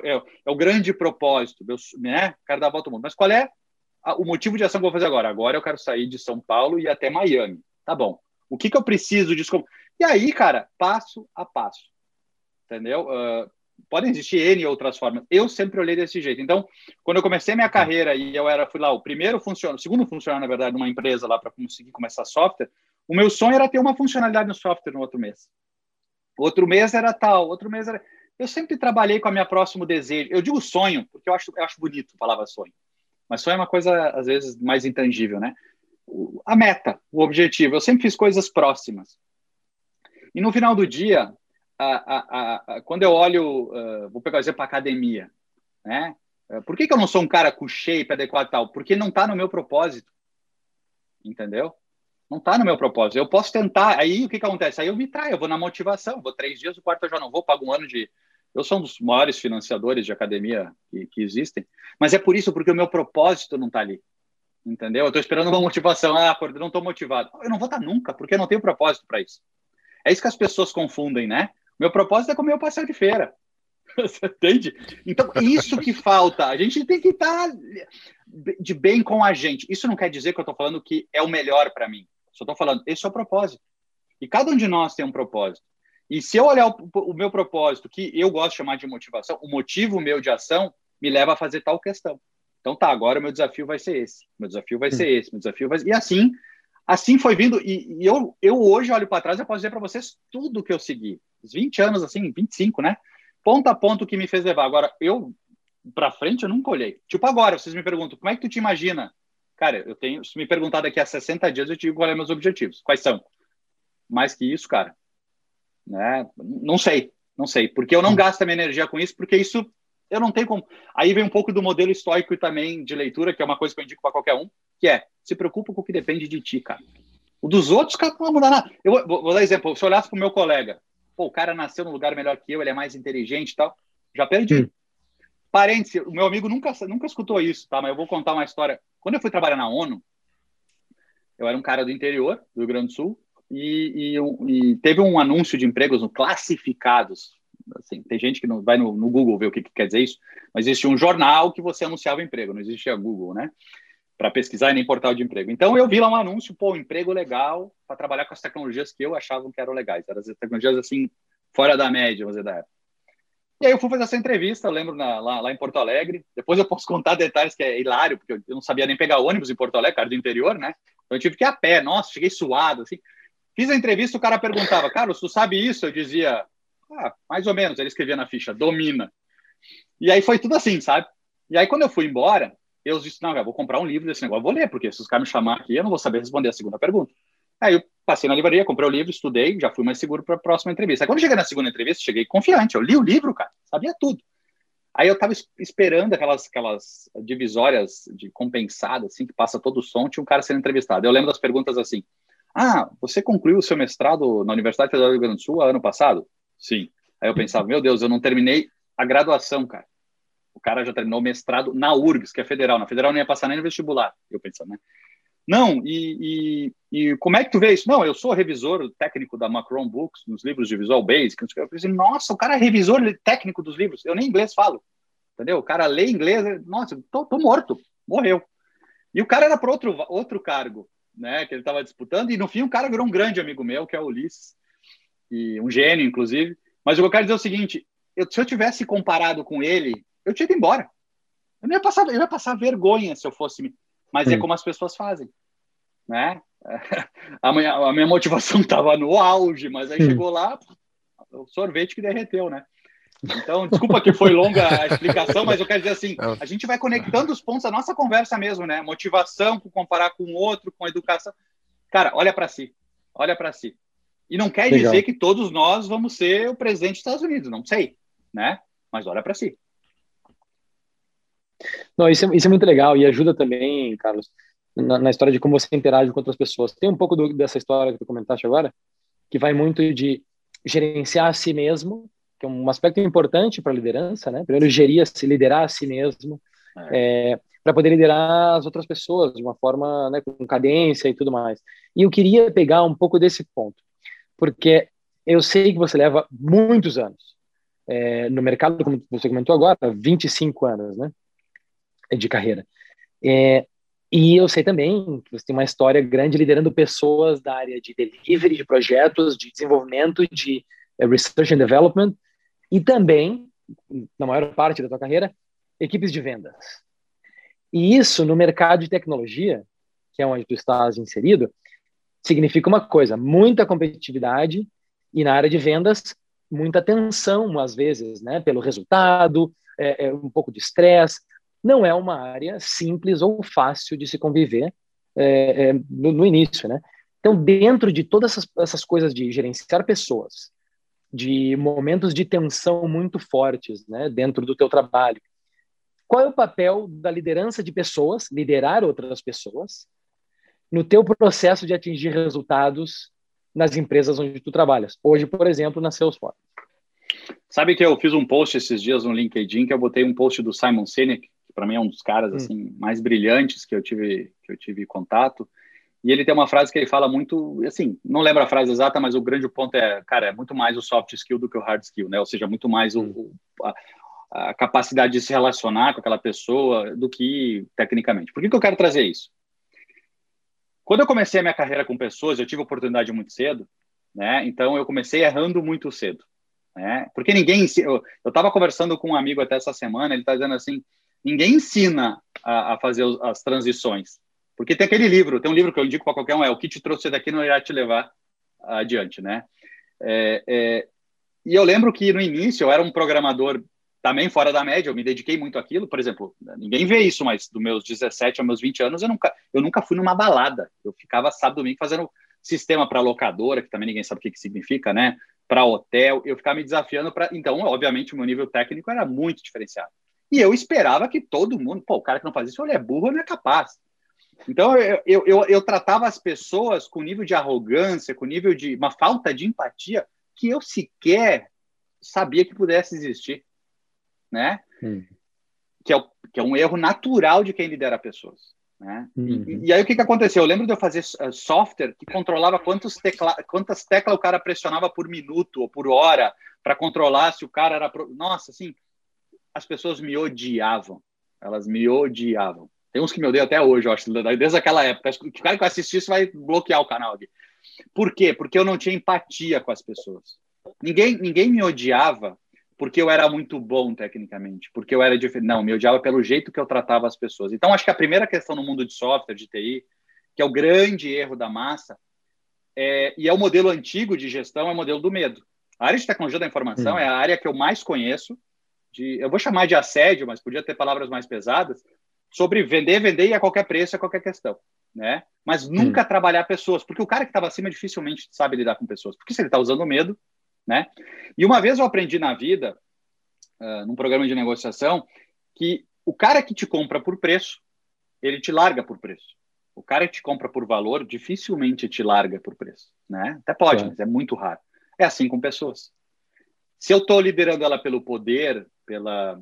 o grande propósito? Né? Quero dar a volta ao mundo. Mas qual é o motivo de ação que eu vou fazer agora? Agora eu quero sair de São Paulo e ir até Miami. Tá bom. O que eu preciso disso? E aí, cara, passo a passo. Entendeu? Podem existir N outras formas. Eu sempre olhei desse jeito. Então, quando eu comecei minha carreira e fui lá o segundo funcionário, na verdade, numa empresa lá para conseguir começar software, o meu sonho era ter uma funcionalidade no software no outro mês. Outro mês era tal, outro mês era... Eu sempre trabalhei com a minha próximo desejo. Eu digo sonho, porque eu acho bonito a palavra sonho. Mas sonho é uma coisa, às vezes, mais intangível, né? A meta, o objetivo. Eu sempre fiz coisas próximas. E no final do dia, quando eu olho, vou pegar o exemplo, a academia, né? Por que eu não sou um cara com shape adequado e tal? Porque não está no meu propósito. Entendeu? Não está no meu propósito. Eu posso tentar, aí o que acontece? Aí eu me traio, eu vou na motivação, vou 3 dias, o quarto eu já não vou, pago um ano de... Eu sou um dos maiores financiadores de academia que existem, mas é por isso, porque o meu propósito não está ali. Entendeu? Eu estou esperando uma motivação. Eu não estou motivado. Eu não vou estar nunca, porque eu não tenho propósito para isso. É isso que as pessoas confundem, né? Meu propósito é comer o pastel de feira. Você entende? Então, isso que falta. A gente tem que estar de bem com a gente. Isso não quer dizer que eu estou falando que é o melhor para mim. Só estou falando, esse é o propósito. E cada um de nós tem um propósito. E se eu olhar o meu propósito, que eu gosto de chamar de motivação, o motivo meu de ação me leva a fazer tal questão. Então tá, agora o meu desafio vai ser esse. Meu desafio vai ser esse. Meu desafio vai ser... E assim foi vindo. E eu hoje olho para trás e posso dizer para vocês tudo que eu segui. Os 20 anos, assim, 25, né? Ponto a ponto que me fez levar. Agora, para frente, eu nunca olhei. Tipo agora, vocês me perguntam, como é que tu te imagina? Cara, se me perguntar daqui a 60 dias, eu te digo qual é meus objetivos. Quais são? Mais que isso, cara, né? Não sei. Porque eu não gasto a minha energia com isso, porque isso eu não tenho como. Aí vem um pouco do modelo estoico também de leitura, que é uma coisa que eu indico para qualquer um, que é, se preocupa com o que depende de ti, cara. O dos outros, cara, não vai mudar nada. Eu vou dar exemplo. Se eu olhasse para o meu colega, o cara nasceu num lugar melhor que eu, ele é mais inteligente e tal, já perdi. Parênteses, o meu amigo nunca escutou isso, tá? Mas eu vou contar uma história. Quando eu fui trabalhar na ONU, eu era um cara do interior, do Rio Grande do Sul, e teve um anúncio de empregos no Classificados. Assim, tem gente que não vai no Google ver o que quer dizer isso, mas existia um jornal que você anunciava emprego, não existia Google, né? Para pesquisar e nem portal de emprego. Então eu vi lá um anúncio, emprego legal para trabalhar com as tecnologias que eu achava que eram legais. Eram as tecnologias assim, fora da média, vamos dizer, da época. E aí eu fui fazer essa entrevista, eu lembro lá em Porto Alegre. Depois eu posso contar detalhes que é hilário, porque eu não sabia nem pegar ônibus em Porto Alegre, cara do interior, né? Então eu tive que ir a pé. Nossa, cheguei suado, assim. Fiz a entrevista, o cara perguntava, Carlos, tu sabe isso? Eu dizia, mais ou menos. Ele escrevia na ficha, domina. E aí foi tudo assim, sabe? E aí quando eu fui embora, eu disse, não, eu vou comprar um livro desse negócio, vou ler, porque se os caras me chamarem aqui, eu não vou saber responder a segunda pergunta. Aí eu passei na livraria, comprei o livro, estudei, já fui mais seguro para a próxima entrevista. Aí quando eu cheguei na segunda entrevista, cheguei confiante, eu li o livro, cara, sabia tudo. Aí eu estava esperando aquelas divisórias de compensada, assim, que passa todo o som, tinha um cara sendo entrevistado. Eu lembro das perguntas assim, você concluiu o seu mestrado na Universidade Federal do Rio Grande do Sul ano passado? Sim. Aí eu pensava, meu Deus, eu não terminei a graduação, cara. O cara já terminou mestrado na URGS, que é federal. Na federal não ia passar nem no vestibular, eu pensando, né? Não, e como é que tu vê isso? Não, eu sou revisor técnico da Macron Books, nos livros de Visual Basic. Eu pensei, nossa, o cara é revisor técnico dos livros. Eu nem inglês falo, entendeu? O cara lê inglês, nossa, tô morto, morreu. E o cara era para outro cargo, né, que ele estava disputando, e no fim o cara virou um grande amigo meu, que é o Ulisses, e um gênio, inclusive. Mas o que eu quero dizer é o seguinte, se eu tivesse comparado com ele, eu tinha ido embora. Eu ia passar vergonha se eu fosse... Mas é como as pessoas fazem, né? A minha motivação estava no auge, mas aí chegou lá, o sorvete que derreteu, né? Então, desculpa que foi longa a explicação, mas eu quero dizer assim, a gente vai conectando os pontos da nossa conversa mesmo, né? Motivação, comparar com o outro, com a educação. Cara, olha para si. E não quer dizer que todos nós vamos ser o presidente dos Estados Unidos, não sei, né? Mas olha para si. Não, isso é muito legal e ajuda também, Carlos, na história de como você interage com outras pessoas. Tem um pouco dessa história que tu comentaste agora, que vai muito de gerenciar a si mesmo, que é um aspecto importante para a liderança, né? Primeiro, liderar a si mesmo, para poder liderar as outras pessoas de uma forma, né, com cadência e tudo mais. E eu queria pegar um pouco desse ponto, porque eu sei que você leva muitos anos no mercado, como você comentou agora, 25 anos, né, de carreira. E eu sei também que você tem uma história grande liderando pessoas da área de delivery, de projetos, de desenvolvimento, de research and development, e também, na maior parte da tua carreira, equipes de vendas. E isso, no mercado de tecnologia, que é onde tu estás inserido, significa uma coisa, muita competitividade e na área de vendas, muita tensão, às vezes, né, pelo resultado, um pouco de estresse. Não é uma área simples ou fácil de se conviver no início, né? Então, dentro de todas essas coisas de gerenciar pessoas, de momentos de tensão muito fortes, né, dentro do teu trabalho, qual é o papel da liderança de pessoas, liderar outras pessoas, no teu processo de atingir resultados nas empresas onde tu trabalhas? Hoje, por exemplo, na Salesforce. Sabe que eu fiz um post esses dias no LinkedIn, que eu botei um post do Simon Sinek, que para mim é um dos caras assim mais brilhantes que eu tive contato. E ele tem uma frase que ele fala muito, assim, não lembro a frase exata, mas o grande ponto é, cara, é muito mais o soft skill do que o hard skill, né? Ou seja, muito mais a capacidade de se relacionar com aquela pessoa do que tecnicamente. Por que eu quero trazer isso? Quando eu comecei a minha carreira com pessoas, eu tive oportunidade muito cedo, né? Então eu comecei errando muito cedo, né? Porque ninguém ensina. Eu estava conversando com um amigo até essa semana, ele está dizendo assim, ninguém ensina a fazer as transições. Porque tem um livro que eu indico para qualquer um, o que te trouxe daqui não irá te levar adiante, né? E eu lembro que no início eu era um programador também fora da média, eu me dediquei muito àquilo. Por exemplo, ninguém vê isso, mas dos meus 17 aos meus 20 anos eu nunca fui numa balada. Eu ficava sábado e domingo fazendo sistema para locadora, que também ninguém sabe o que significa, né? Para hotel, eu ficava me desafiando para... Então, obviamente, o meu nível técnico era muito diferenciado. E eu esperava que todo mundo... Pô, o cara que não faz isso, ele é burro, ele não é capaz. Então, eu tratava as pessoas com nível de arrogância, com nível de uma falta de empatia que eu sequer sabia que pudesse existir, né? Que é um erro natural de quem lidera pessoas, né? E aí, o que aconteceu? Eu lembro de eu fazer software que controlava quantas teclas o cara pressionava por minuto ou por hora para controlar se o cara era... Nossa, assim, as pessoas me odiavam. Elas me odiavam. Tem uns que me odeiam até hoje, eu acho, desde aquela época. O cara que assistir isso vai bloquear o canal aqui. Por quê? Porque eu não tinha empatia com as pessoas. Ninguém me odiava porque eu era muito bom tecnicamente, porque eu era diferente. Não, me odiava pelo jeito que eu tratava as pessoas. Então, acho que a primeira questão no mundo de software, de TI, que é o grande erro da massa, e é o modelo antigo de gestão, é o modelo do medo. A área de tecnologia da informação é a área que eu mais conheço, eu vou chamar de assédio, mas podia ter palavras mais pesadas, sobre vender e a qualquer preço, a qualquer questão, né? Mas nunca trabalhar pessoas, porque o cara que estava acima dificilmente sabe lidar com pessoas, porque se ele está usando medo, né? E uma vez eu aprendi na vida, num programa de negociação, que o cara que te compra por preço, ele te larga por preço. O cara que te compra por valor, dificilmente te larga por preço, né? Até pode, mas é muito raro. É assim com pessoas. Se eu estou liderando ela pelo poder,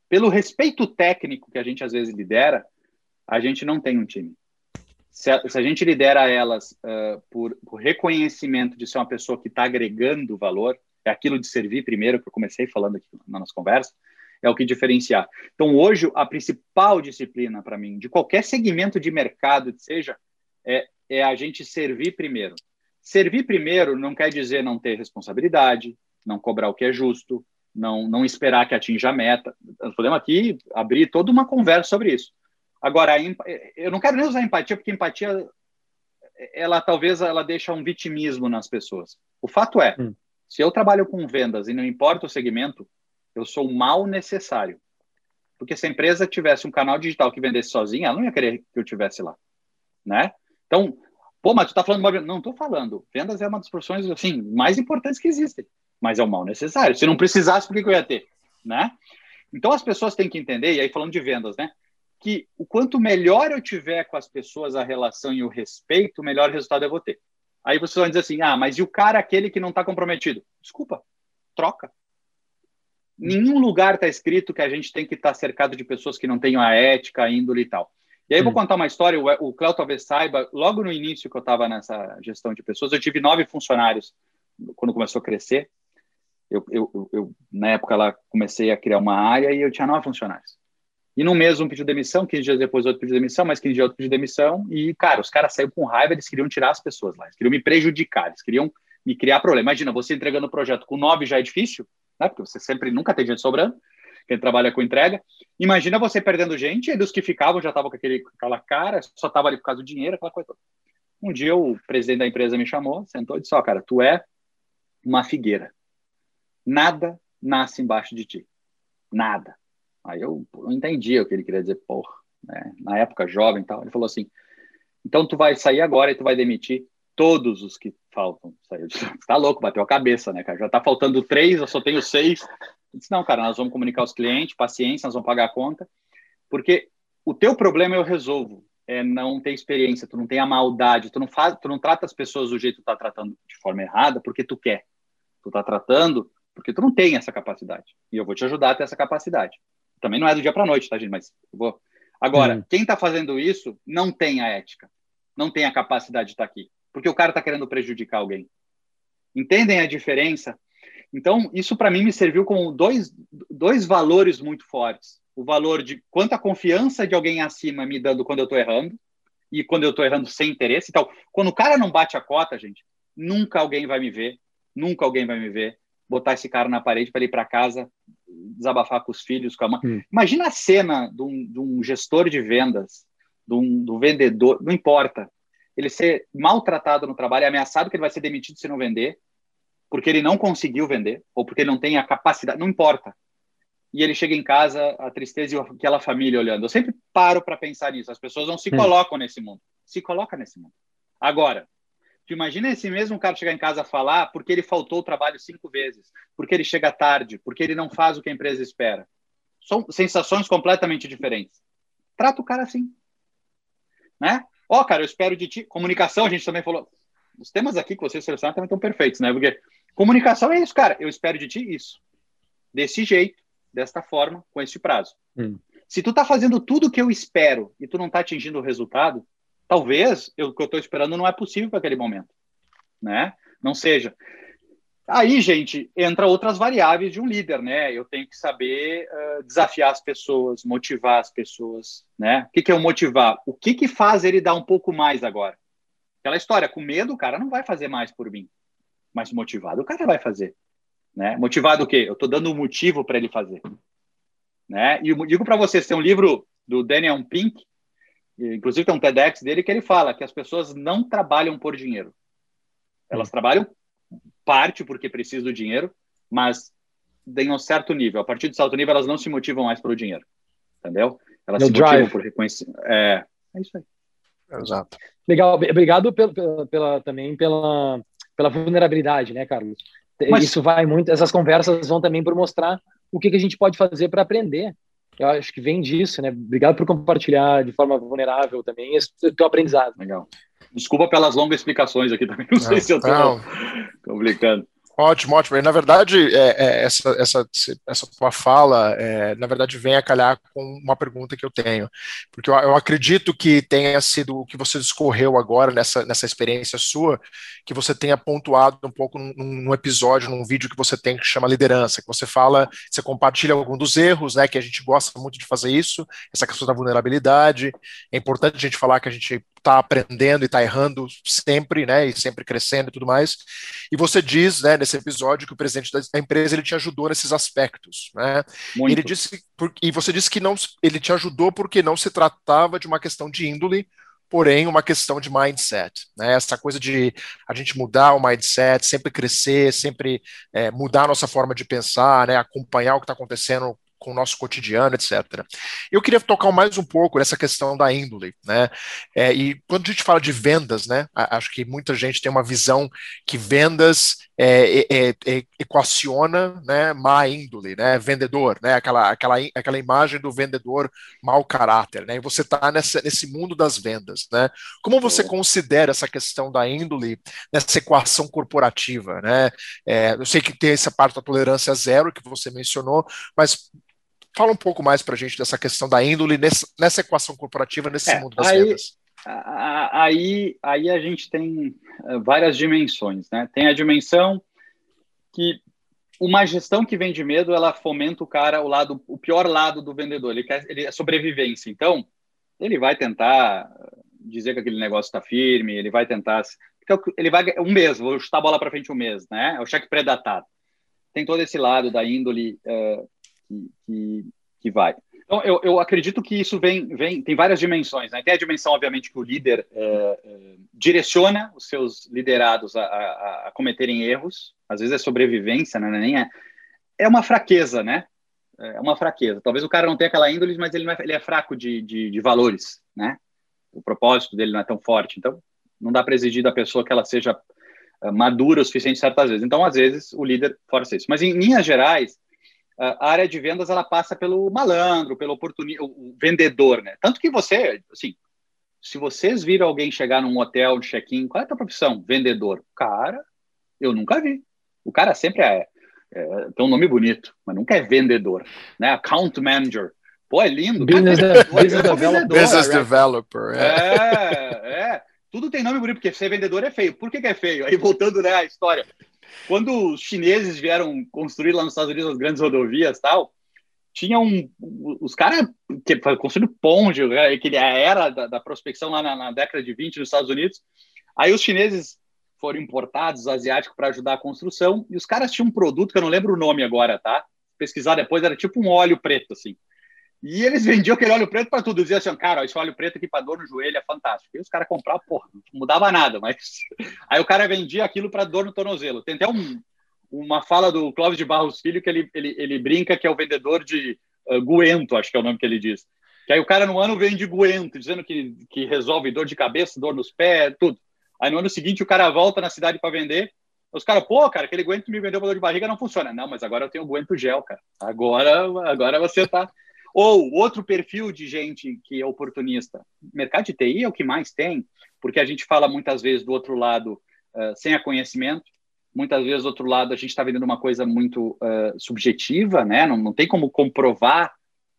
pelo respeito técnico que a gente às vezes lidera, a gente não tem um time. Se a gente lidera elas por reconhecimento de ser uma pessoa que está agregando valor, é aquilo de servir primeiro, que eu comecei falando aqui na nossa conversa, é o que diferenciar. Então, hoje, a principal disciplina para mim, de qualquer segmento de mercado que seja, é a gente servir primeiro. Servir primeiro não quer dizer não ter responsabilidade, não cobrar o que é justo, não esperar que atinja a meta. Nós podemos aqui abrir toda uma conversa sobre isso. Agora, eu não quero nem usar empatia, porque empatia, talvez ela deixa um vitimismo nas pessoas. O fato é, se eu trabalho com vendas e não importa o segmento, eu sou mal necessário. Porque se a empresa tivesse um canal digital que vendesse sozinha, ela não ia querer que eu estivesse lá, né? Então, pô, mas tu tá falando... Não, tô falando. Vendas é uma das profissões, assim, mais importantes que existem. Mas é um mal necessário. Se não precisasse, por que eu ia ter? Né? Então, as pessoas têm que entender, e aí falando de vendas, né? Que o quanto melhor eu tiver com as pessoas a relação e o respeito, melhor resultado eu vou ter. Aí vocês vão dizer assim, mas e o cara aquele que não está comprometido? Desculpa, troca. Nenhum lugar está escrito que a gente tem que estar cercado de pessoas que não tenham a ética, a índole e tal. E aí eu vou contar uma história, o Cléo talvez saiba, logo no início que eu estava nessa gestão de pessoas, eu tive 9 funcionários quando começou a crescer. Eu na época, lá comecei a criar uma área e eu tinha 9 funcionários. E no mês um pediu demissão, 15 dias depois outro pediu demissão, mais 15 dias outro pediu demissão. E, cara, os caras saíram com raiva, eles queriam tirar as pessoas lá, eles queriam me prejudicar, eles queriam me criar problema. Imagina, você entregando o projeto com 9 já é difícil, né? Porque você nunca tem gente sobrando, quem trabalha com entrega. Imagina você perdendo gente, e dos que ficavam já estavam com aquela cara, só estava ali por causa do dinheiro, aquela coisa toda. Um dia o presidente da empresa me chamou, sentou e disse, cara, tu é uma figueira. Nada nasce embaixo de ti. Nada. Aí eu não entendia o que ele queria dizer, porra, né? Na época jovem e tal. Ele falou assim, então tu vai sair agora e tu vai demitir todos os que faltam. Tá louco, bateu a cabeça, né, cara? Já tá faltando 3, eu só tenho 6. Eu disse, não, cara, nós vamos comunicar aos clientes, paciência, nós vamos pagar a conta, porque o teu problema eu resolvo. É não ter experiência, tu não tem a maldade, tu não trata as pessoas do jeito que tu tá tratando de forma errada porque tu quer. Tu tá tratando porque tu não tem essa capacidade. E eu vou te ajudar a ter essa capacidade. Também não é do dia para a noite, tá, gente? Mas eu vou... Agora, quem está fazendo isso não tem a ética, não tem a capacidade de estar aqui, porque o cara está querendo prejudicar alguém. Entendem a diferença? Então, isso para mim me serviu como dois valores muito fortes. O valor de quanta confiança de alguém acima me dando quando eu estou errando, e quando eu estou errando sem interesse. Então, quando o cara não bate a cota, gente, nunca alguém vai me ver, botar esse cara na parede para ir para casa, desabafar com os filhos, com a mãe. Imagina a cena de um gestor de vendas, do vendedor, não importa, ele ser maltratado no trabalho, é ameaçado que ele vai ser demitido se não vender, porque ele não conseguiu vender, ou porque ele não tem a capacidade, não importa. E ele chega em casa, a tristeza e aquela família olhando. Eu sempre paro para pensar nisso, as pessoas não se colocam nesse mundo. Se coloca nesse mundo. Agora, tu imagina esse mesmo cara chegar em casa a falar porque ele faltou o trabalho 5 vezes, porque ele chega tarde, porque ele não faz o que a empresa espera. São sensações completamente diferentes. Trata o cara assim. Né? Cara, eu espero de ti. Comunicação, a gente também falou. Os temas aqui que vocês selecionaram também estão perfeitos, né? Porque comunicação é isso, cara. Eu espero de ti isso. Desse jeito, desta forma, com esse prazo. Se tu tá fazendo tudo o que eu espero e tu não tá atingindo o resultado, talvez o que eu estou esperando não é possível para aquele momento, né? Não seja. Aí, gente, entra outras variáveis de um líder, né? Eu tenho que saber desafiar as pessoas, motivar as pessoas, né? O que é o motivar? O que faz ele dar um pouco mais agora? Aquela história, com medo, o cara não vai fazer mais por mim. Mas motivado, o cara vai fazer. Né? Motivado o quê? Eu estou dando um motivo para ele fazer. Né? E eu digo para vocês, tem um livro do Daniel Pink, inclusive tem um TEDx dele que ele fala que as pessoas não trabalham por dinheiro. Elas trabalham parte porque precisam do dinheiro, mas em um certo nível. A partir de certo nível, elas não se motivam mais pelo dinheiro. Entendeu? Elas se motivam por reconhecimento. É isso aí. Exato. Legal. Obrigado também pela vulnerabilidade, né, Carlos? Mas isso vai muito, essas conversas vão também por mostrar o que a gente pode fazer para aprender. Eu acho que vem disso, né? Obrigado por compartilhar de forma vulnerável também esse teu aprendizado. Legal. Desculpa pelas longas explicações aqui também. Não sei se eu estou complicando. Ótimo, ótimo. E, na verdade, essa tua fala, na verdade, vem a calhar com uma pergunta que eu tenho. Porque eu acredito que tenha sido o que você discorreu agora nessa experiência sua, que você tenha pontuado um pouco num episódio, num vídeo que você tem que chama liderança, que você fala, você compartilha algum dos erros, né, que a gente gosta muito de fazer isso, essa questão da vulnerabilidade. É importante a gente falar que a gente está aprendendo e está errando sempre, né, e sempre crescendo e tudo mais. E você diz, né, nesse episódio que o presidente da empresa ele te ajudou nesses aspectos, né? E ele Muito. disse, e você disse que não, ele te ajudou porque não se tratava de uma questão de índole, porém uma questão de mindset, né? Essa coisa de a gente mudar o mindset, sempre crescer, sempre mudar a nossa forma de pensar, né? Acompanhar o que está acontecendo com o nosso cotidiano, etc. Eu queria tocar mais um pouco nessa questão da índole, né? E quando a gente fala de vendas, né? Acho que muita gente tem uma visão que vendas equaciona, né? Má índole, né? Vendedor, né? Aquela imagem do vendedor mau caráter, né? E você está nesse mundo das vendas, né? Como você considera essa questão da índole nessa equação corporativa, né? Eu sei que tem essa parte da tolerância zero que você mencionou, mas fala um pouco mais para a gente dessa questão da índole nessa equação corporativa, nesse mundo das vendas. Aí a gente tem várias dimensões, né? Tem a dimensão que uma gestão que vem de medo, ela fomenta o pior lado do vendedor. Ele é sobrevivência. Então, ele vai tentar dizer que aquele negócio está firme, ele vai tentar... Ele vai um mês, vou chutar a bola para frente um mês, né? É o cheque pré-datado. Tem todo esse lado da índole que vai. Então, eu acredito que isso tem várias dimensões, né? Tem a dimensão, obviamente, que o líder direciona os seus liderados a cometerem erros. Às vezes é sobrevivência, né? É uma fraqueza, né? É uma fraqueza. Talvez o cara não tenha aquela índole, mas ele é fraco de valores, né? O propósito dele não é tão forte. Então, não dá para exigir da pessoa que ela seja madura o suficiente certas vezes. Então, às vezes, o líder força isso. Mas, em linhas gerais, a área de vendas ela passa pelo malandro, pelo oportunista, o vendedor, né? Tanto que você, assim, se vocês viram alguém chegar num hotel de check-in, qual é a tua profissão? Vendedor. Cara, eu nunca vi. O cara sempre tem um nome bonito, mas nunca é vendedor, né? Account manager. Pô, é lindo. Business developer. Tudo tem nome bonito, porque ser vendedor é feio. Por que é feio? Aí, voltando, né, à história. Quando os chineses vieram construir lá nos Estados Unidos as grandes rodovias e tal, tinha os caras que construíram ponte, que era da prospecção lá na década de 20 nos Estados Unidos. Aí os chineses foram importados, os asiáticos, para ajudar a construção, e os caras tinham um produto que eu não lembro o nome agora, tá? Pesquisar depois, era tipo um óleo preto, assim. E eles vendiam aquele óleo preto para tudo. Diziam assim, cara, esse óleo preto aqui para dor no joelho é fantástico. E os caras compravam, porra, não mudava nada, mas... Aí o cara vendia aquilo para dor no tornozelo. Tem até uma fala do Clóvis de Barros Filho que ele brinca que é o vendedor de Guento, acho que é o nome que ele diz. Que aí o cara no ano vende Guento, dizendo que resolve dor de cabeça, dor nos pés, tudo. Aí no ano seguinte o cara volta na cidade para vender. Os caras, pô, cara, aquele Guento que me vendeu para dor de barriga não funciona. Não, mas agora eu tenho o Guento gel, cara. Agora você tá... Ou outro perfil de gente que é oportunista. Mercado de TI é o que mais tem, porque a gente fala muitas vezes do outro lado sem a conhecimento. Muitas vezes, do outro lado, a gente está vendendo uma coisa muito subjetiva, né? Não tem como comprovar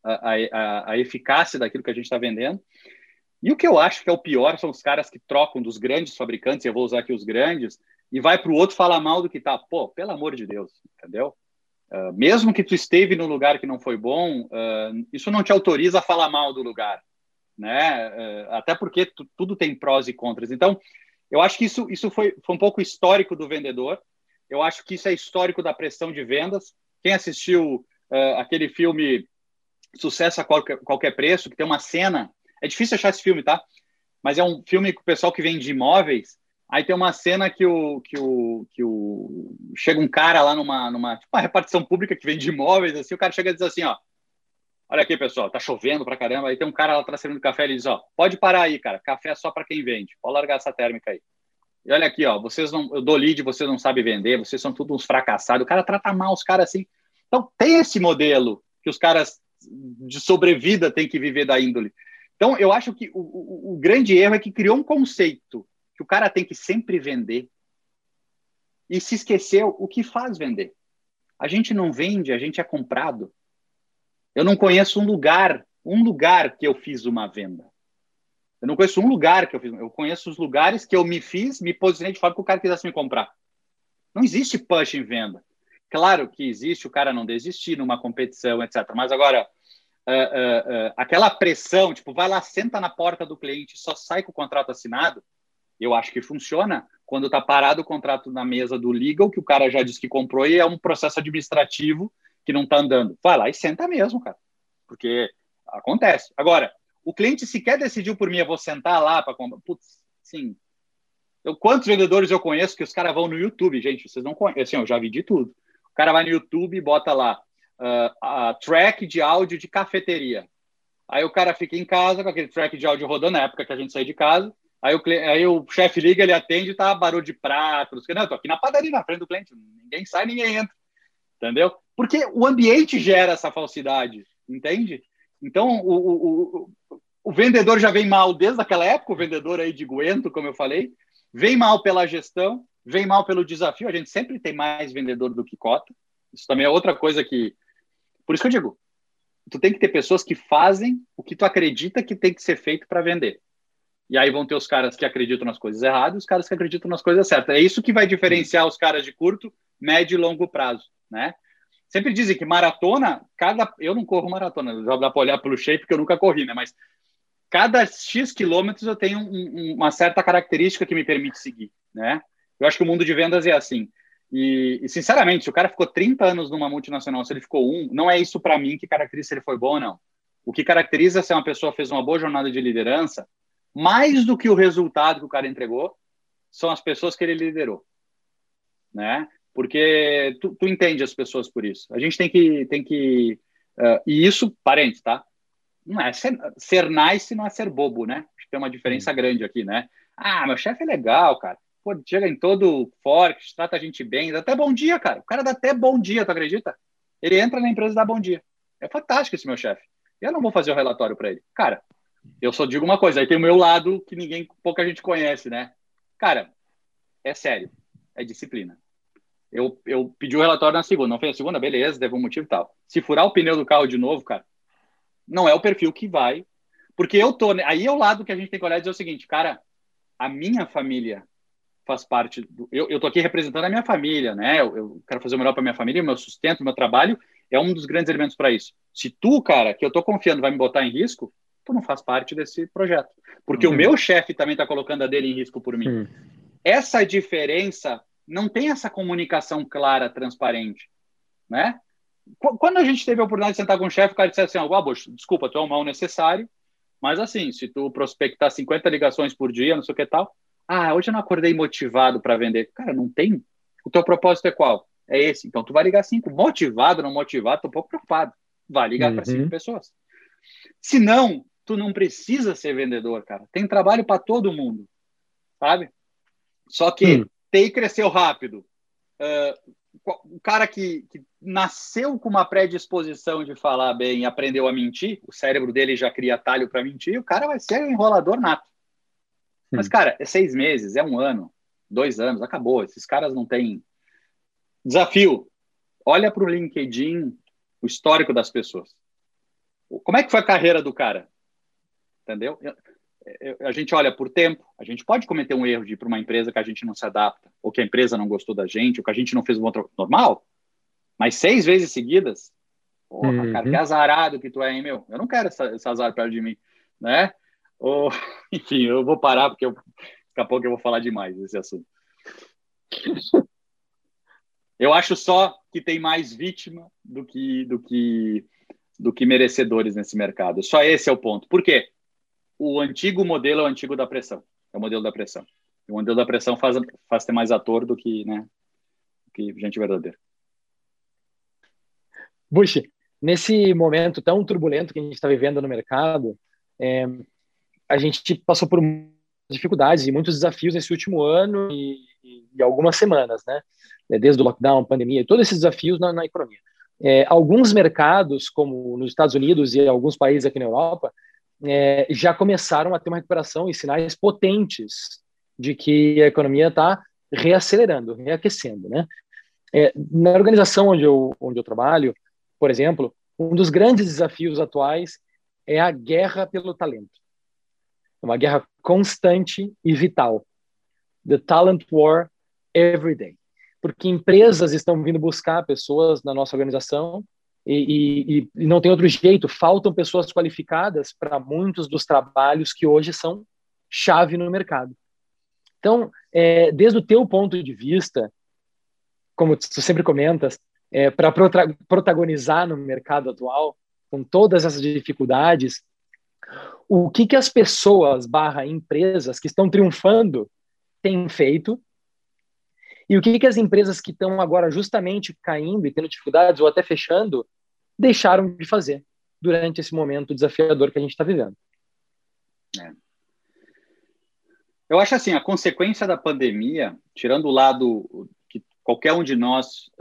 a eficácia daquilo que a gente está vendendo. E o que eu acho que é o pior são os caras que trocam dos grandes fabricantes, eu vou usar aqui os grandes, e vai para o outro falar mal do que tá. Pô, pelo amor de Deus, entendeu? Mesmo que tu esteve num lugar que não foi bom, isso não te autoriza a falar mal do lugar, né? Até porque tudo tem prós e contras. Então, eu acho que isso foi um pouco histórico do vendedor. Eu acho que isso é histórico da pressão de vendas. Quem assistiu aquele filme Sucesso a Qualquer Preço, que tem uma cena... É difícil achar esse filme, tá? Mas é um filme com o pessoal que vende imóveis. Aí tem uma cena que chega um cara lá numa tipo uma repartição pública que vende imóveis, assim, o cara chega e diz assim, ó, olha aqui, pessoal, tá chovendo pra caramba, aí tem um cara lá atrás servindo café, ele diz, ó, pode parar aí, cara, café é só pra quem vende, pode largar essa térmica aí. E olha aqui, ó, eu dou lead, vocês não sabem vender, vocês são todos uns fracassados, o cara trata mal os caras assim. Então tem esse modelo que os caras de sobrevida têm que viver da índole. Então eu acho que o grande erro é que criou um conceito que o cara tem que sempre vender. e se esqueceu o que faz vender. A gente não vende, a gente é comprado. Eu não conheço um lugar que eu fiz uma venda. Eu não conheço um lugar que eu fiz. Eu conheço os lugares que eu me posicionei de forma que o cara quisesse me comprar. Não existe push em venda. Claro que existe o cara não desistir numa competição, etc. Mas agora, aquela pressão, tipo, vai lá, senta na porta do cliente, só sai com o contrato assinado, eu acho que funciona quando está parado o contrato na mesa do legal, que o cara já disse que comprou e é um processo administrativo que não está andando. Vai lá e senta mesmo, cara. Porque acontece. Agora, o cliente sequer decidiu por mim, eu vou sentar lá para comprar. Putz, sim. Quantos vendedores eu conheço que os caras vão no YouTube, gente? Vocês não conhecem. Assim, eu já vi de tudo. O cara vai no YouTube e bota lá a track de áudio de cafeteria. Aí o cara fica em casa com aquele track de áudio rodando, na época que a gente saiu de casa. Aí o chefe liga, ele atende, tá barulho de pratos. Não, eu tô aqui na padaria, na frente do cliente. Ninguém sai, ninguém entra. Entendeu? Porque o ambiente gera essa falsidade, entende? Então, o vendedor já vem mal desde aquela época, o vendedor aí de Guento, como eu falei, vem mal pela gestão, vem mal pelo desafio. A gente sempre tem mais vendedor do que cota. Isso também é outra coisa que... Por isso que eu digo, tu tem que ter pessoas que fazem o que tu acredita que tem que ser feito para vender. E aí vão ter os caras que acreditam nas coisas erradas e os caras que acreditam nas coisas certas. É isso que vai diferenciar os caras de curto, médio e longo prazo, né? Sempre dizem que maratona, eu não corro maratona, já dá para olhar pelo shape, porque eu nunca corri, né? Mas cada X quilômetros eu tenho uma certa característica que me permite seguir, né? Eu acho que o mundo de vendas é assim. E sinceramente, se o cara ficou 30 anos numa multinacional, se ele ficou não é isso para mim que caracteriza se ele foi bom ou não. O que caracteriza se uma pessoa fez uma boa jornada de liderança, mais do que o resultado que o cara entregou, são as pessoas que ele liderou, né? Porque tu entende as pessoas por isso. A gente tem que e isso, parente, tá? Não é ser nice, não é ser bobo, né? Acho que tem uma diferença grande aqui, né? Ah, meu chefe é legal, cara. Pô, chega em todo forte, trata a gente bem, dá até bom dia, cara. O cara dá até bom dia, tu acredita? Ele entra na empresa e dá bom dia. É fantástico esse meu chefe. Eu não vou fazer o relatório para ele. Cara, eu só digo uma coisa, aí tem o meu lado que pouca gente conhece, né? Cara, é sério, é disciplina. Eu pedi o relatório na segunda, não fez a segunda, beleza, deve um motivo e tal. Se furar o pneu do carro de novo, cara, não é o perfil que vai, porque aí é o lado que a gente tem que olhar e dizer o seguinte, cara, a minha família faz parte, eu tô aqui representando a minha família, né? Eu quero fazer o melhor para minha família, o meu sustento, o meu trabalho é um dos grandes elementos para isso. Se tu, cara, que eu tô confiando, vai me botar em risco, tu não faz parte desse projeto. Porque o meu chefe também está colocando a dele em risco por mim. Essa diferença, não tem essa comunicação clara, transparente, né? Quando a gente teve a oportunidade de sentar com o chefe, o cara disse assim, Bush, desculpa, tu é um mal necessário, mas assim, se tu prospectar 50 ligações por dia, não sei o que tal, hoje eu não acordei motivado para vender. Cara, não tem. O teu propósito é qual? É esse. Então tu vai ligar 5. Motivado, não motivado, tô um pouco preocupado. Vai ligar para 5 pessoas. Se não, tu não precisa ser vendedor, cara. Tem trabalho para todo mundo, sabe? Só que tem que crescer rápido. O cara que nasceu com uma predisposição de falar bem e aprendeu a mentir, o cérebro dele já cria atalho para mentir, o cara vai ser um enrolador nato. Mas, cara, é 6 meses, é 1 ano, 2 anos, acabou. Esses caras não têm... Desafio. Olha para o LinkedIn, o histórico das pessoas. Como é que foi a carreira do cara? Entendeu? A gente olha por tempo, a gente pode cometer um erro de ir para uma empresa que a gente não se adapta, ou que a empresa não gostou da gente, ou que a gente não fez um bom trabalho. Normal. Mas 6 vezes seguidas, porra, cara, que azarado que tu é, hein, meu? Eu não quero esse azar perto de mim, né? Enfim, eu vou parar, porque daqui a pouco eu vou falar demais desse assunto. Eu acho só que tem mais vítima do que merecedores nesse mercado. Só esse é o ponto. Por quê? O antigo modelo é o antigo da pressão. É o modelo da pressão. O modelo da pressão faz ter mais ator do que gente verdadeira. Bush, nesse momento tão turbulento que a gente está vivendo no mercado, a gente passou por dificuldades e muitos desafios nesse último ano e algumas semanas, né? Desde o lockdown, pandemia, todos esses desafios na economia. Alguns mercados, como nos Estados Unidos e alguns países aqui na Europa, já começaram a ter uma recuperação e sinais potentes de que a economia está reacelerando, reaquecendo, né? Na organização onde eu trabalho, por exemplo, um dos grandes desafios atuais é a guerra pelo talento. É uma guerra constante e vital. The talent war every day. Porque empresas estão vindo buscar pessoas na nossa organização e não tem outro jeito, faltam pessoas qualificadas para muitos dos trabalhos que hoje são chave no mercado. Então, desde o teu ponto de vista, como tu sempre comentas, para protagonizar no mercado atual, com todas essas dificuldades, o que as pessoas / empresas que estão triunfando têm feito e o que as empresas que estão agora justamente caindo e tendo dificuldades ou até fechando deixaram de fazer durante esse momento desafiador que a gente está vivendo. Eu acho assim, a consequência da pandemia, tirando o lado que qualquer um de nós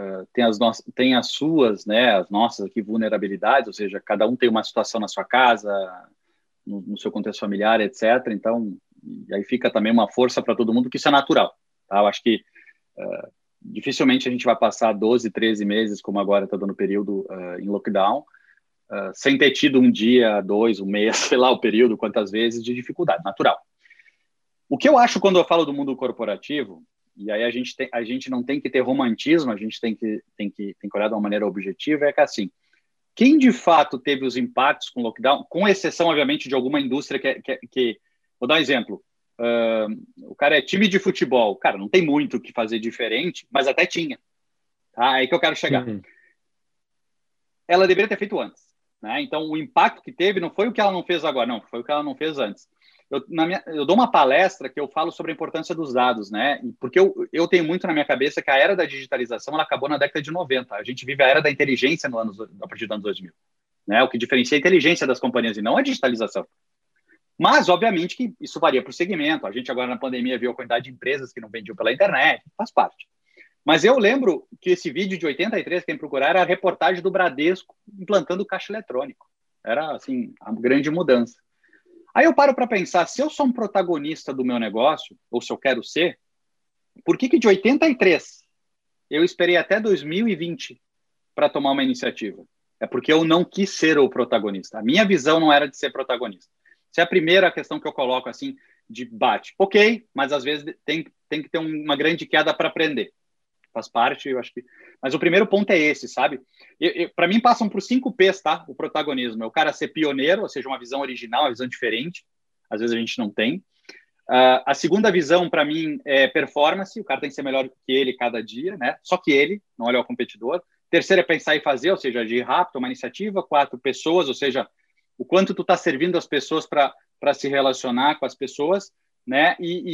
tem as suas, né, as nossas aqui vulnerabilidades, ou seja, cada um tem uma situação na sua casa, no seu contexto familiar, etc. Então, aí fica também uma força para todo mundo, que isso é natural. Tá? Eu acho que dificilmente a gente vai passar 12, 13 meses, como agora está dando período em lockdown, sem ter tido um dia, 2, um mês, sei lá o período, quantas vezes, de dificuldade, natural. O que eu acho quando eu falo do mundo corporativo, e aí a gente não tem que ter romantismo, a gente tem que olhar de uma maneira objetiva, é que assim, quem de fato teve os impactos com o lockdown, com exceção, obviamente, de alguma indústria que vou dar um exemplo, o cara é time de futebol, cara, não tem muito o que fazer diferente, mas até tinha. Tá? É aí que eu quero chegar. Ela deveria ter feito antes. Né? Então, o impacto que teve não foi o que ela não fez agora, não, foi o que ela não fez antes. Eu dou uma palestra que eu falo sobre a importância dos dados, né? Porque eu tenho muito na minha cabeça que a era da digitalização ela acabou na década de 90. A gente vive a era da inteligência a partir dos anos 2000. Né? O que diferencia a inteligência das companhias e não a digitalização. Mas, obviamente, que isso varia por segmento. A gente agora na pandemia viu a quantidade de empresas que não vendiam pela internet, faz parte. Mas eu lembro que esse vídeo de 83, quem procurar, era a reportagem do Bradesco implantando o caixa eletrônico. Era, assim, a grande mudança. Aí eu paro para pensar, se eu sou um protagonista do meu negócio, ou se eu quero ser, por que de 83 eu esperei até 2020 para tomar uma iniciativa? É porque eu não quis ser o protagonista. A minha visão não era de ser protagonista. Essa é a primeira questão que eu coloco assim, de bate. Ok, mas às vezes tem que ter uma grande queda para aprender. Faz parte, eu acho que... Mas o primeiro ponto é esse, sabe? Para mim, passam por 5 P's, tá? O protagonismo. É o cara ser pioneiro, ou seja, uma visão original, uma visão diferente. Às vezes a gente não tem. A segunda visão, para mim, é performance. O cara tem que ser melhor que ele cada dia, né? Só que ele, não olha o competidor. Terceiro é pensar e fazer, ou seja, agir rápido, uma iniciativa. 4, pessoas, ou seja, o quanto tu está servindo as pessoas para se relacionar com as pessoas. Né?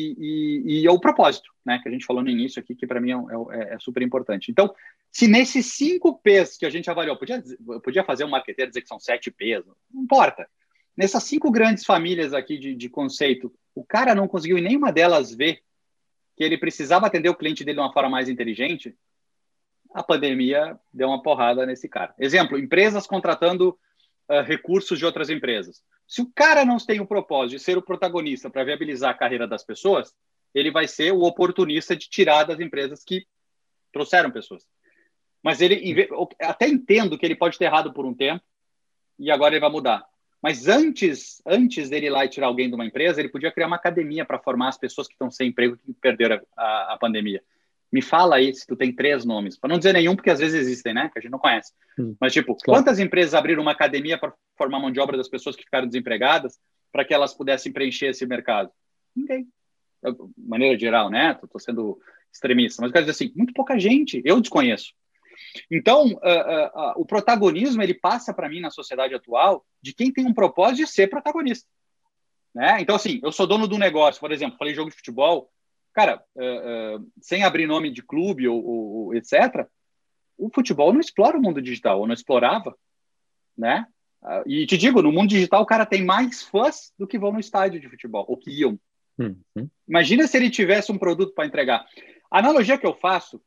E o propósito, né? Que a gente falou no início aqui, que para mim é super importante. Então, se nesses 5 P's que a gente avaliou, podia fazer um marqueteiro dizer que são 7 P's, não importa. Nessas 5 grandes famílias aqui de conceito, o cara não conseguiu em nenhuma delas ver que ele precisava atender o cliente dele de uma forma mais inteligente, a pandemia deu uma porrada nesse cara. Exemplo, empresas contratando recursos de outras empresas. Se o cara não tem o propósito de ser o protagonista para viabilizar a carreira das pessoas, ele vai ser o oportunista de tirar das empresas que trouxeram pessoas. Mas ele, até entendo que ele pode ter errado por um tempo e agora ele vai mudar. Mas antes dele ir lá e tirar alguém de uma empresa, ele podia criar uma academia para formar as pessoas que estão sem emprego que perderam a pandemia. Me fala aí se tu tem 3 nomes. Para não dizer nenhum, porque às vezes existem, né? Que a gente não conhece. Mas, tipo, claro. Quantas empresas abriram uma academia para formar mão de obra das pessoas que ficaram desempregadas para que elas pudessem preencher esse mercado? Ninguém. De maneira geral, né? Estou sendo extremista. Mas eu quero dizer assim, muito pouca gente. Eu desconheço. Então, o protagonismo, ele passa para mim na sociedade atual de quem tem um propósito de ser protagonista. Né? Então, assim, eu sou dono de um negócio, por exemplo, falei jogo de futebol, cara, sem abrir nome de clube ou etc., o futebol não explora o mundo digital, ou não explorava, né? E te digo, no mundo digital o cara tem mais fãs do que vão no estádio de futebol, ou que iam. Imagina se ele tivesse um produto para entregar. A analogia que eu faço,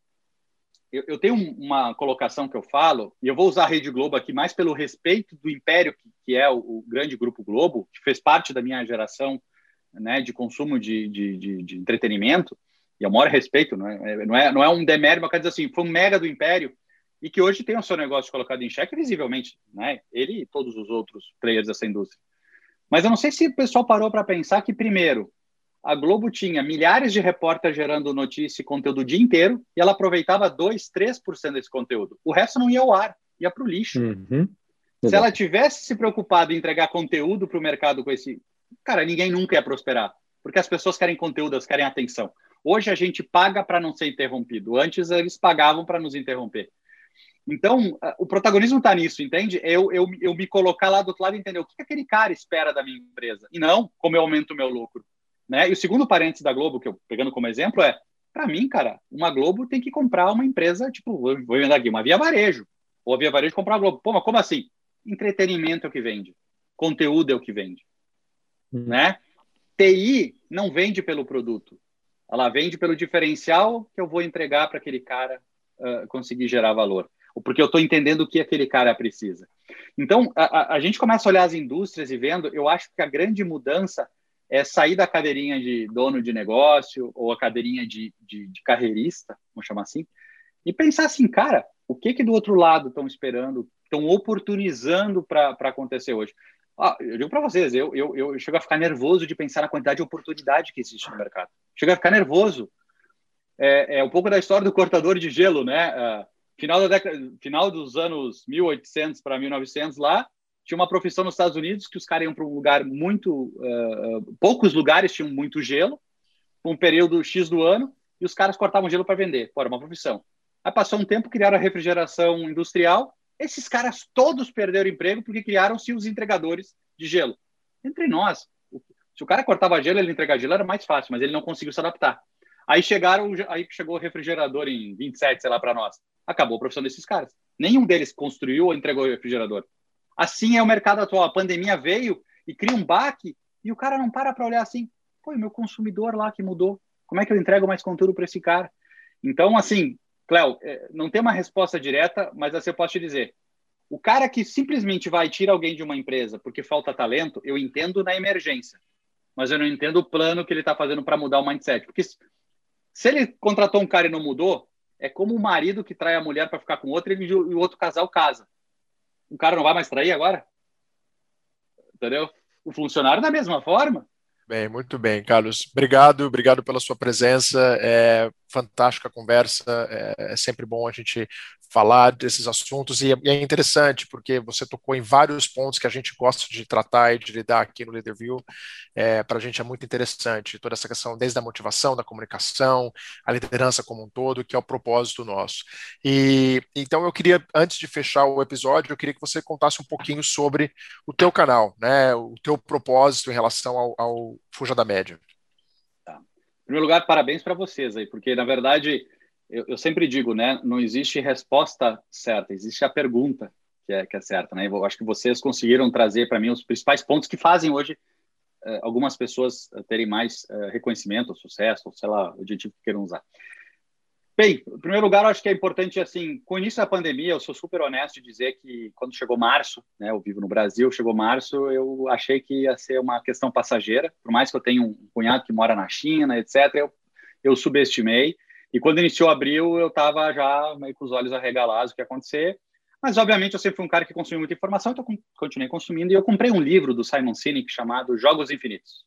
eu tenho uma colocação que eu falo, e eu vou usar a Rede Globo aqui mais pelo respeito do império que é o grande Grupo Globo, que fez parte da minha geração, né, de consumo de entretenimento, e eu maior respeito, não é um demérito, mas quer dizer assim, foi um mega do império, e que hoje tem o seu negócio colocado em xeque visivelmente, né? Ele e todos os outros players dessa indústria. Mas eu não sei se o pessoal parou para pensar que, primeiro, a Globo tinha milhares de repórteres gerando notícia e conteúdo o dia inteiro, e ela aproveitava 2, 3% desse conteúdo. O resto não ia ao ar, ia para o lixo. Se ela tivesse se preocupado em entregar conteúdo para o mercado com esse... Cara, ninguém nunca ia prosperar, porque as pessoas querem conteúdo, elas querem atenção. Hoje a gente paga para não ser interrompido. Antes eles pagavam para nos interromper. Então, o protagonismo está nisso, entende? Eu me colocar lá do outro lado e entender o que aquele cara espera da minha empresa. E não como eu aumento o meu lucro. Né? E o segundo parênteses da Globo, que eu pegando como exemplo, para mim, cara, uma Globo tem que comprar uma empresa, tipo, vou vender aqui, uma Via Varejo. Ou a Via Varejo comprar a Globo. Pô, mas como assim? Entretenimento é o que vende. Conteúdo é o que vende. Né? TI não vende pelo produto. Ela vende pelo diferencial que eu vou entregar para aquele cara conseguir gerar valor. Ou porque eu estou entendendo o que aquele cara precisa. Então, a gente começa a olhar as indústrias e vendo, eu acho que a grande mudança é sair da cadeirinha de dono de negócio ou a cadeirinha de carreirista, vamos chamar assim, e pensar assim, cara, o que do outro lado estão esperando, estão oportunizando para acontecer hoje? Eu digo para vocês, eu chego a ficar nervoso de pensar na quantidade de oportunidade que existe no mercado. Chego a ficar nervoso. É um pouco da história do cortador de gelo, né? Final dos anos 1800 para 1900 lá, tinha uma profissão nos Estados Unidos que os caras iam para um lugar muito... poucos lugares tinham muito gelo, um período X do ano, e os caras cortavam gelo para vender. Pô, era uma profissão. Aí passou um tempo, criaram a refrigeração industrial. Esses caras todos perderam emprego porque criaram-se os entregadores de gelo. Entre nós, se o cara cortava gelo, ele entregar gelo era mais fácil, mas ele não conseguiu se adaptar. Aí chegou o refrigerador em 27, sei lá, para nós. Acabou a profissão desses caras. Nenhum deles construiu ou entregou o refrigerador. Assim é o mercado atual. A pandemia veio e cria um baque e o cara não para olhar assim, pô, meu consumidor lá que mudou. Como é que eu entrego mais conteúdo para esse cara? Então, assim, Cléo, não tem uma resposta direta, mas assim eu posso te dizer. O cara que simplesmente vai tirar alguém de uma empresa porque falta talento, eu entendo na emergência. Mas eu não entendo o plano que ele está fazendo para mudar o mindset. Porque se ele contratou um cara e não mudou, é como o marido que trai a mulher para ficar com outro e o outro casal casa. O cara não vai mais trair agora? Entendeu? O funcionário da mesma forma. Bem, muito bem, Carlos. Obrigado pela sua presença. É fantástica a conversa. É sempre bom a gente falar desses assuntos e é interessante porque você tocou em vários pontos que a gente gosta de tratar e de lidar aqui no LeaderView. Para a gente é muito interessante toda essa questão desde a motivação, da comunicação, a liderança como um todo, que é o propósito nosso. E então eu queria, antes de fechar o episódio, eu queria que você contasse um pouquinho sobre o teu canal, né? O teu propósito em relação ao Fuja da Média. Tá. Em primeiro lugar, parabéns para vocês aí, porque na verdade eu sempre digo, né? Não existe resposta certa, existe a pergunta que é certa, né? Eu acho que vocês conseguiram trazer para mim os principais pontos que fazem hoje algumas pessoas terem mais reconhecimento, sucesso, ou sei lá, o adjetivo que queiram usar. Bem, em primeiro lugar, eu acho que é importante, assim, com o início da pandemia, eu sou super honesto de dizer que quando chegou março, né, eu vivo no Brasil, chegou março, eu achei que ia ser uma questão passageira, por mais que eu tenha um cunhado que mora na China, etc., eu subestimei, e quando iniciou abril, eu estava já meio com os olhos arregalados o que ia acontecer, mas, obviamente, eu sempre fui um cara que consumiu muita informação, então continuei consumindo, e eu comprei um livro do Simon Sinek chamado Jogos Infinitos.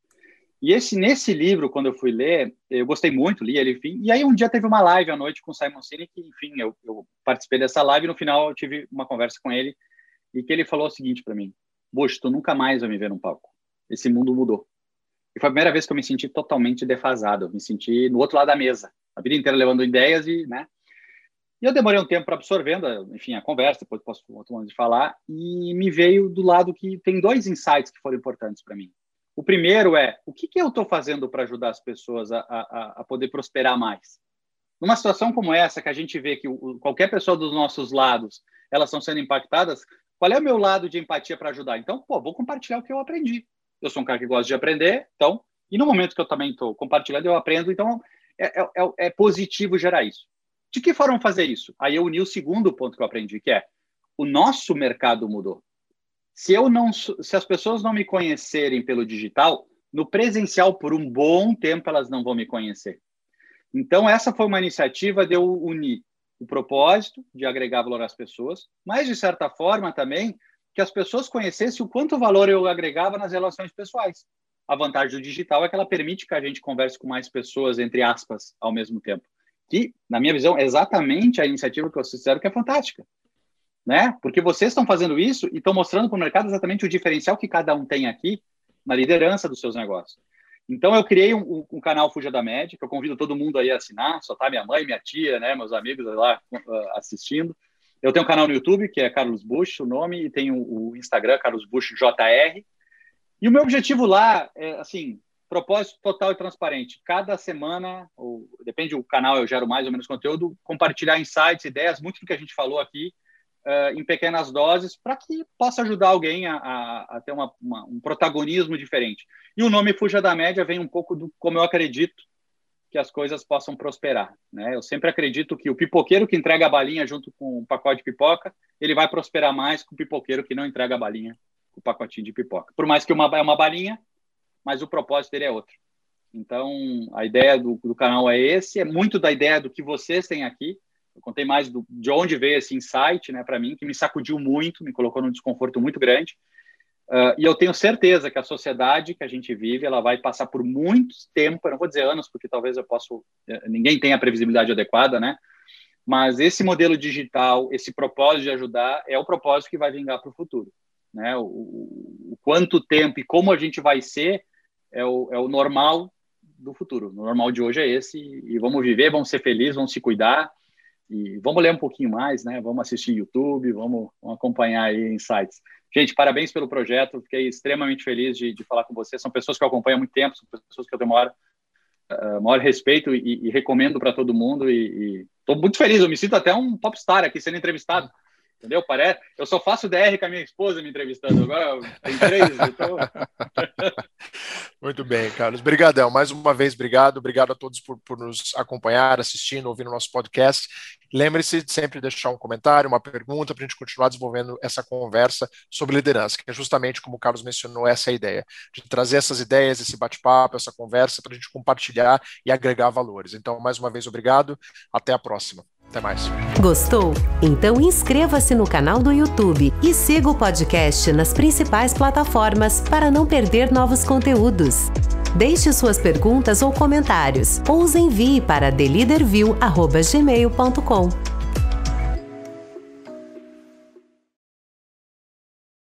E nesse livro, quando eu fui ler, eu gostei muito, li ele, enfim. E aí um dia teve uma live à noite com o Simon Sinek, enfim, eu participei dessa live e no final eu tive uma conversa com ele e que ele falou o seguinte para mim: Bush, tu nunca mais vai me ver num palco. Esse mundo mudou. E foi a primeira vez que eu me senti totalmente defasado. Eu me senti no outro lado da mesa, a vida inteira levando ideias né? E eu demorei um tempo para absorvendo, enfim, a conversa, depois posso outro momento de falar, e me veio do lado que tem 2 insights que foram importantes para mim. O primeiro é, o que eu estou fazendo para ajudar as pessoas a poder prosperar mais? Numa situação como essa, que a gente vê que qualquer pessoa dos nossos lados, elas estão sendo impactadas, qual é o meu lado de empatia para ajudar? Então, vou compartilhar o que eu aprendi. Eu sou um cara que gosta de aprender, então, e no momento que eu também estou compartilhando, eu aprendo, então é positivo gerar isso. De que forma fazer isso? Aí eu uni o segundo ponto que eu aprendi, que é, o nosso mercado mudou. Se as pessoas não me conhecerem pelo digital, no presencial, por um bom tempo, elas não vão me conhecer. Então, essa foi uma iniciativa de eu unir o propósito de agregar valor às pessoas, mas, de certa forma, também, que as pessoas conhecessem o quanto valor eu agregava nas relações pessoais. A vantagem do digital é que ela permite que a gente converse com mais pessoas, entre aspas, ao mesmo tempo. Que, na minha visão, é exatamente a iniciativa que vocês fizeram, que é fantástica. Né? Porque vocês estão fazendo isso e estão mostrando para o mercado exatamente o diferencial que cada um tem aqui na liderança dos seus negócios. Então, eu criei um canal Fuja da Média, que eu convido todo mundo aí a assinar, só tá minha mãe, minha tia, né, meus amigos lá assistindo. Eu tenho um canal no YouTube, que é Carlos Bush, o nome, e tenho o Instagram, Carlos Bush JR. E o meu objetivo lá é, assim, propósito total e transparente. Cada semana, ou depende do canal, eu gero mais ou menos conteúdo, compartilhar insights, ideias, muito do que a gente falou aqui, em pequenas doses, para que possa ajudar alguém a ter um protagonismo diferente. E o nome Fuja da Média vem um pouco do como eu acredito que as coisas possam prosperar. Né? Eu sempre acredito que o pipoqueiro que entrega a balinha junto com o pacote de pipoca, ele vai prosperar mais que o pipoqueiro que não entrega a balinha com o pacotinho de pipoca. Por mais que é uma balinha, mas o propósito dele é outro. Então, a ideia do canal é esse, é muito da ideia do que vocês têm aqui. Eu contei mais de onde veio esse insight, né, para mim, que me sacudiu muito, me colocou num desconforto muito grande. E eu tenho certeza que a sociedade que a gente vive, ela vai passar por muito tempo, eu não vou dizer anos, porque talvez ninguém tenha a previsibilidade adequada, né? Mas esse modelo digital, esse propósito de ajudar, é o propósito que vai vingar para o futuro. Né? O quanto tempo e como a gente vai ser é o normal do futuro. O normal de hoje é esse, e vamos viver, vamos ser felizes, vamos se cuidar, e vamos ler um pouquinho mais, né? Vamos assistir YouTube, vamos acompanhar aí insights. Gente, parabéns pelo projeto, fiquei extremamente feliz de falar com vocês. São pessoas que eu acompanho há muito tempo, são pessoas que eu tenho maior respeito e recomendo para todo mundo. E estou muito feliz, eu me sinto até um popstar aqui sendo entrevistado. Entendeu? Eu só faço DR com a minha esposa me entrevistando. Agora tem 3, então... Muito bem, Carlos. Obrigadão. Mais uma vez, obrigado. Obrigado a todos por nos acompanhar, assistindo, ouvindo o nosso podcast. Lembre-se de sempre deixar um comentário, uma pergunta, para a gente continuar desenvolvendo essa conversa sobre liderança, que é justamente, como o Carlos mencionou, essa é a ideia, de trazer essas ideias, esse bate-papo, essa conversa, para a gente compartilhar e agregar valores. Então, mais uma vez, obrigado. Até a próxima. Até mais. Gostou? Então inscreva-se no canal do YouTube e siga o podcast nas principais plataformas para não perder novos conteúdos. Deixe suas perguntas ou comentários ou os envie para theleaderview@gmail.com.